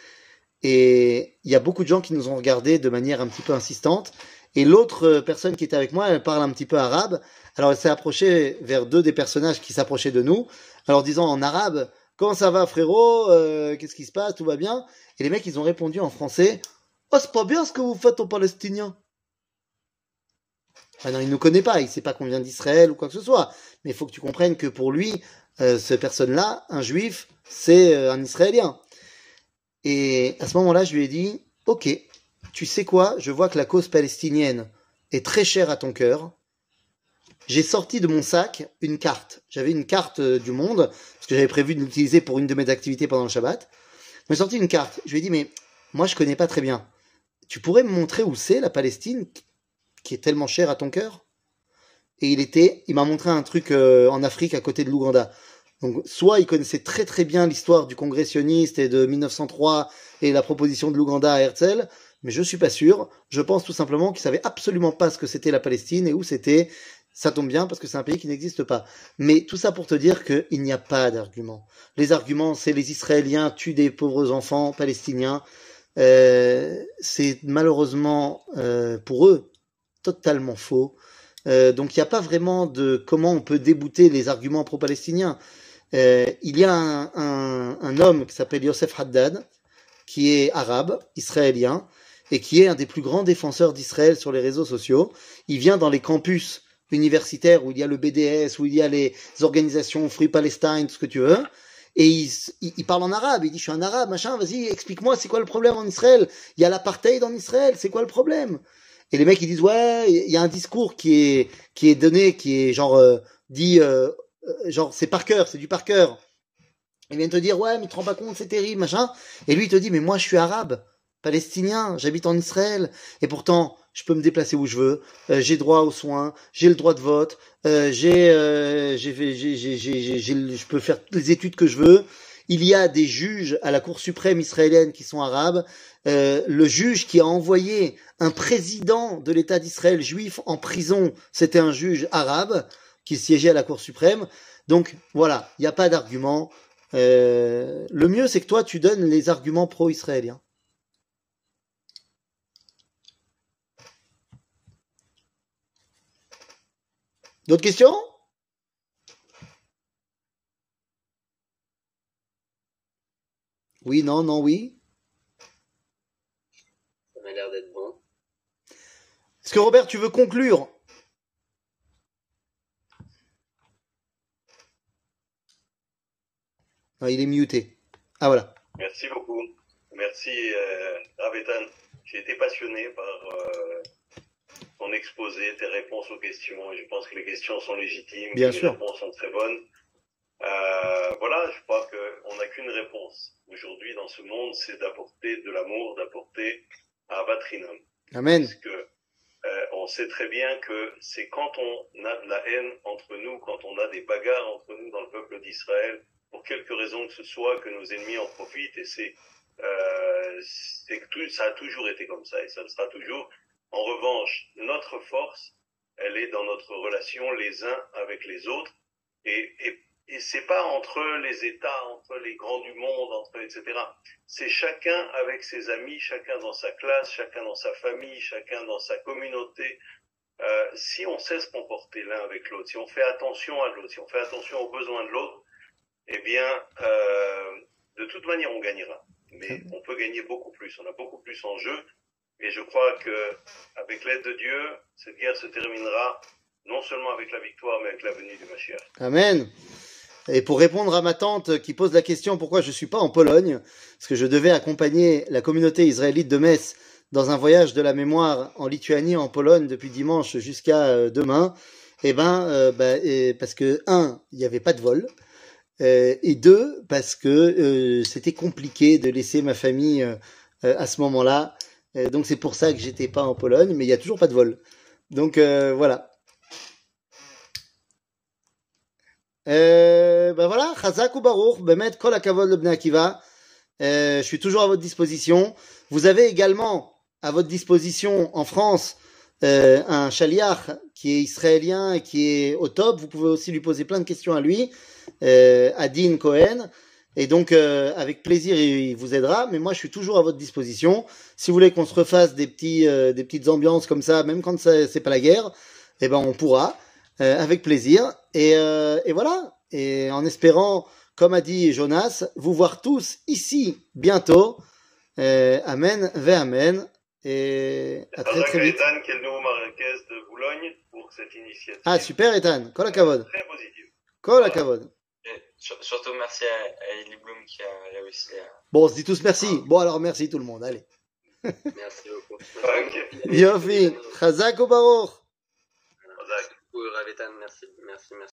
Et il y a beaucoup de gens qui nous ont regardés de manière un petit peu insistante. Et l'autre personne qui était avec moi, elle parle un petit peu arabe. Alors elle s'est approchée vers deux des personnages qui s'approchaient de nous, alors disant en arabe « Comment ça va frérot qu'est-ce qui se passe? Tout va bien ?» Et les mecs, ils ont répondu en français « Oh, c'est pas bien ce que vous faites aux Palestiniens !» Enfin non, il nous connaît pas, il sait pas qu'on vient d'Israël ou quoi que ce soit. Mais il faut que tu comprennes que pour lui, cette personne-là, un juif, c'est un Israélien. Et à ce moment-là, je lui ai dit « Ok, tu sais quoi, je vois que la cause palestinienne est très chère à ton cœur. » J'ai sorti de mon sac une carte. J'avais une carte du monde, parce que j'avais prévu de l'utiliser pour une de mes activités pendant le Shabbat. J'ai sorti une carte. Je lui ai dit, mais moi je connais pas très bien. Tu pourrais me montrer où c'est la Palestine, qui est tellement chère à ton cœur? Et il m'a montré un truc en Afrique à côté de l'Ouganda. Donc, soit il connaissait très très bien l'histoire du congrès sioniste et de 1903 et la proposition de l'Ouganda à Herzl, mais je suis pas sûr. Je pense tout simplement qu'il savait absolument pas ce que c'était la Palestine et où c'était. Ça tombe bien parce que c'est un pays qui n'existe pas. Mais tout ça pour te dire qu'il n'y a pas d'argument. Les arguments, c'est les Israéliens tuent des pauvres enfants palestiniens. C'est malheureusement pour eux totalement faux. Donc il n'y a pas vraiment de comment on peut débouter les arguments pro-palestiniens. Il y a un homme qui s'appelle Youssef Haddad, qui est arabe, israélien, et qui est un des plus grands défenseurs d'Israël sur les réseaux sociaux. Il vient dans les campus universitaires où il y a le BDS, où il y a les organisations Free Palestine, tout ce que tu veux, et il parle en arabe, il dit je suis un arabe, machin, vas-y, explique-moi c'est quoi le problème en Israël, il y a l'apartheid en Israël, c'est quoi le problème? Et les mecs ils disent ouais, il y a un discours qui est donné, qui est genre dit genre c'est par cœur, c'est du par cœur. Ils viennent te dire ouais mais tu te rends pas compte, c'est terrible, machin, et lui il te dit mais moi je suis arabe, palestinien, j'habite en Israël, et pourtant je peux me déplacer où je veux, j'ai droit aux soins, j'ai le droit de vote, je peux faire toutes les études que je veux. Il y a des juges à la Cour suprême israélienne qui sont arabes. Le juge qui a envoyé un président de l'État d'Israël juif en prison, c'était un juge arabe qui siégeait à la Cour suprême. Donc voilà, il n'y a pas d'argument. Le mieux, c'est que toi, tu donnes les arguments pro-israéliens. D'autres questions? Oui, non, non, oui. Ça m'a l'air d'être bon. Est-ce que Robert, tu veux conclure? Ah, il est muté. Ah voilà. Merci beaucoup. Merci, Rav Eitan. J'ai été passionné par ton exposé, tes réponses aux questions. Et je pense que les questions sont légitimes, Bien que sûr. les réponses sont très bonnes. Voilà, je crois qu'on n'a qu'une réponse. Aujourd'hui, dans ce monde, c'est d'apporter de l'amour, d'apporter Ahavat Chinam. Amen. Parce que on sait très bien que c'est quand on a de la haine entre nous, quand on a des bagarres entre nous dans le peuple d'Israël, pour quelque raison que ce soit, que nos ennemis en profitent. Et c'est que ça a toujours été comme ça et ça le sera toujours. En revanche, notre force, elle est dans notre relation les uns avec les autres. Et c'est pas entre les États, entre les grands du monde, entre etc. C'est chacun avec ses amis, chacun dans sa classe, chacun dans sa famille, chacun dans sa communauté. Si on sait se comporter l'un avec l'autre, si on fait attention à l'autre, si on fait attention aux besoins de l'autre, eh bien, de toute manière, on gagnera. Mais on peut gagner beaucoup plus. On a beaucoup plus en jeu. Et je crois que, avec l'aide de Dieu, cette guerre se terminera non seulement avec la victoire, mais avec la venue du Mashiach. Amen. Et pour répondre à ma tante qui pose la question pourquoi je suis pas en Pologne, parce que je devais accompagner la communauté israélite de Metz dans un voyage de la mémoire en Lituanie, en Pologne, depuis dimanche jusqu'à demain, parce que, un, il n'y avait pas de vol, et deux, parce que c'était compliqué de laisser ma famille à ce moment-là. Donc c'est pour ça que j'étais pas en Pologne, mais il y a toujours pas de vol. Donc voilà. Voilà, Chazak ou Baruch, Bemet Kol HaKavod le Bnei Akiva. Je suis toujours à votre disposition. Vous avez également à votre disposition en France un shaliach qui est israélien et qui est au top. Vous pouvez aussi lui poser plein de questions à lui, Adin Cohen. Et donc, avec plaisir, il vous aidera. Mais moi, je suis toujours à votre disposition. Si vous voulez qu'on se refasse des petites ambiances comme ça, même quand c'est pas la guerre, eh ben, on pourra, avec plaisir. Et voilà. Et en espérant, comme a dit Jonas, vous voir tous ici bientôt. Amen, ve amen. Et à très très vite. Ethan, qui est le nouveau Marrakech de Boulogne, pour cette initiative. Ah, super, Ethan. Kol HaKavod. Très positive. Kol HaKavod. Et surtout merci à Eli Bloom qui a réussi à... Bon, on se dit tous merci. Bon, alors merci tout le monde. Allez. Merci beaucoup. Ok. Yofi. Chazak ou Baruch. Chazak. Rav Eitan, merci.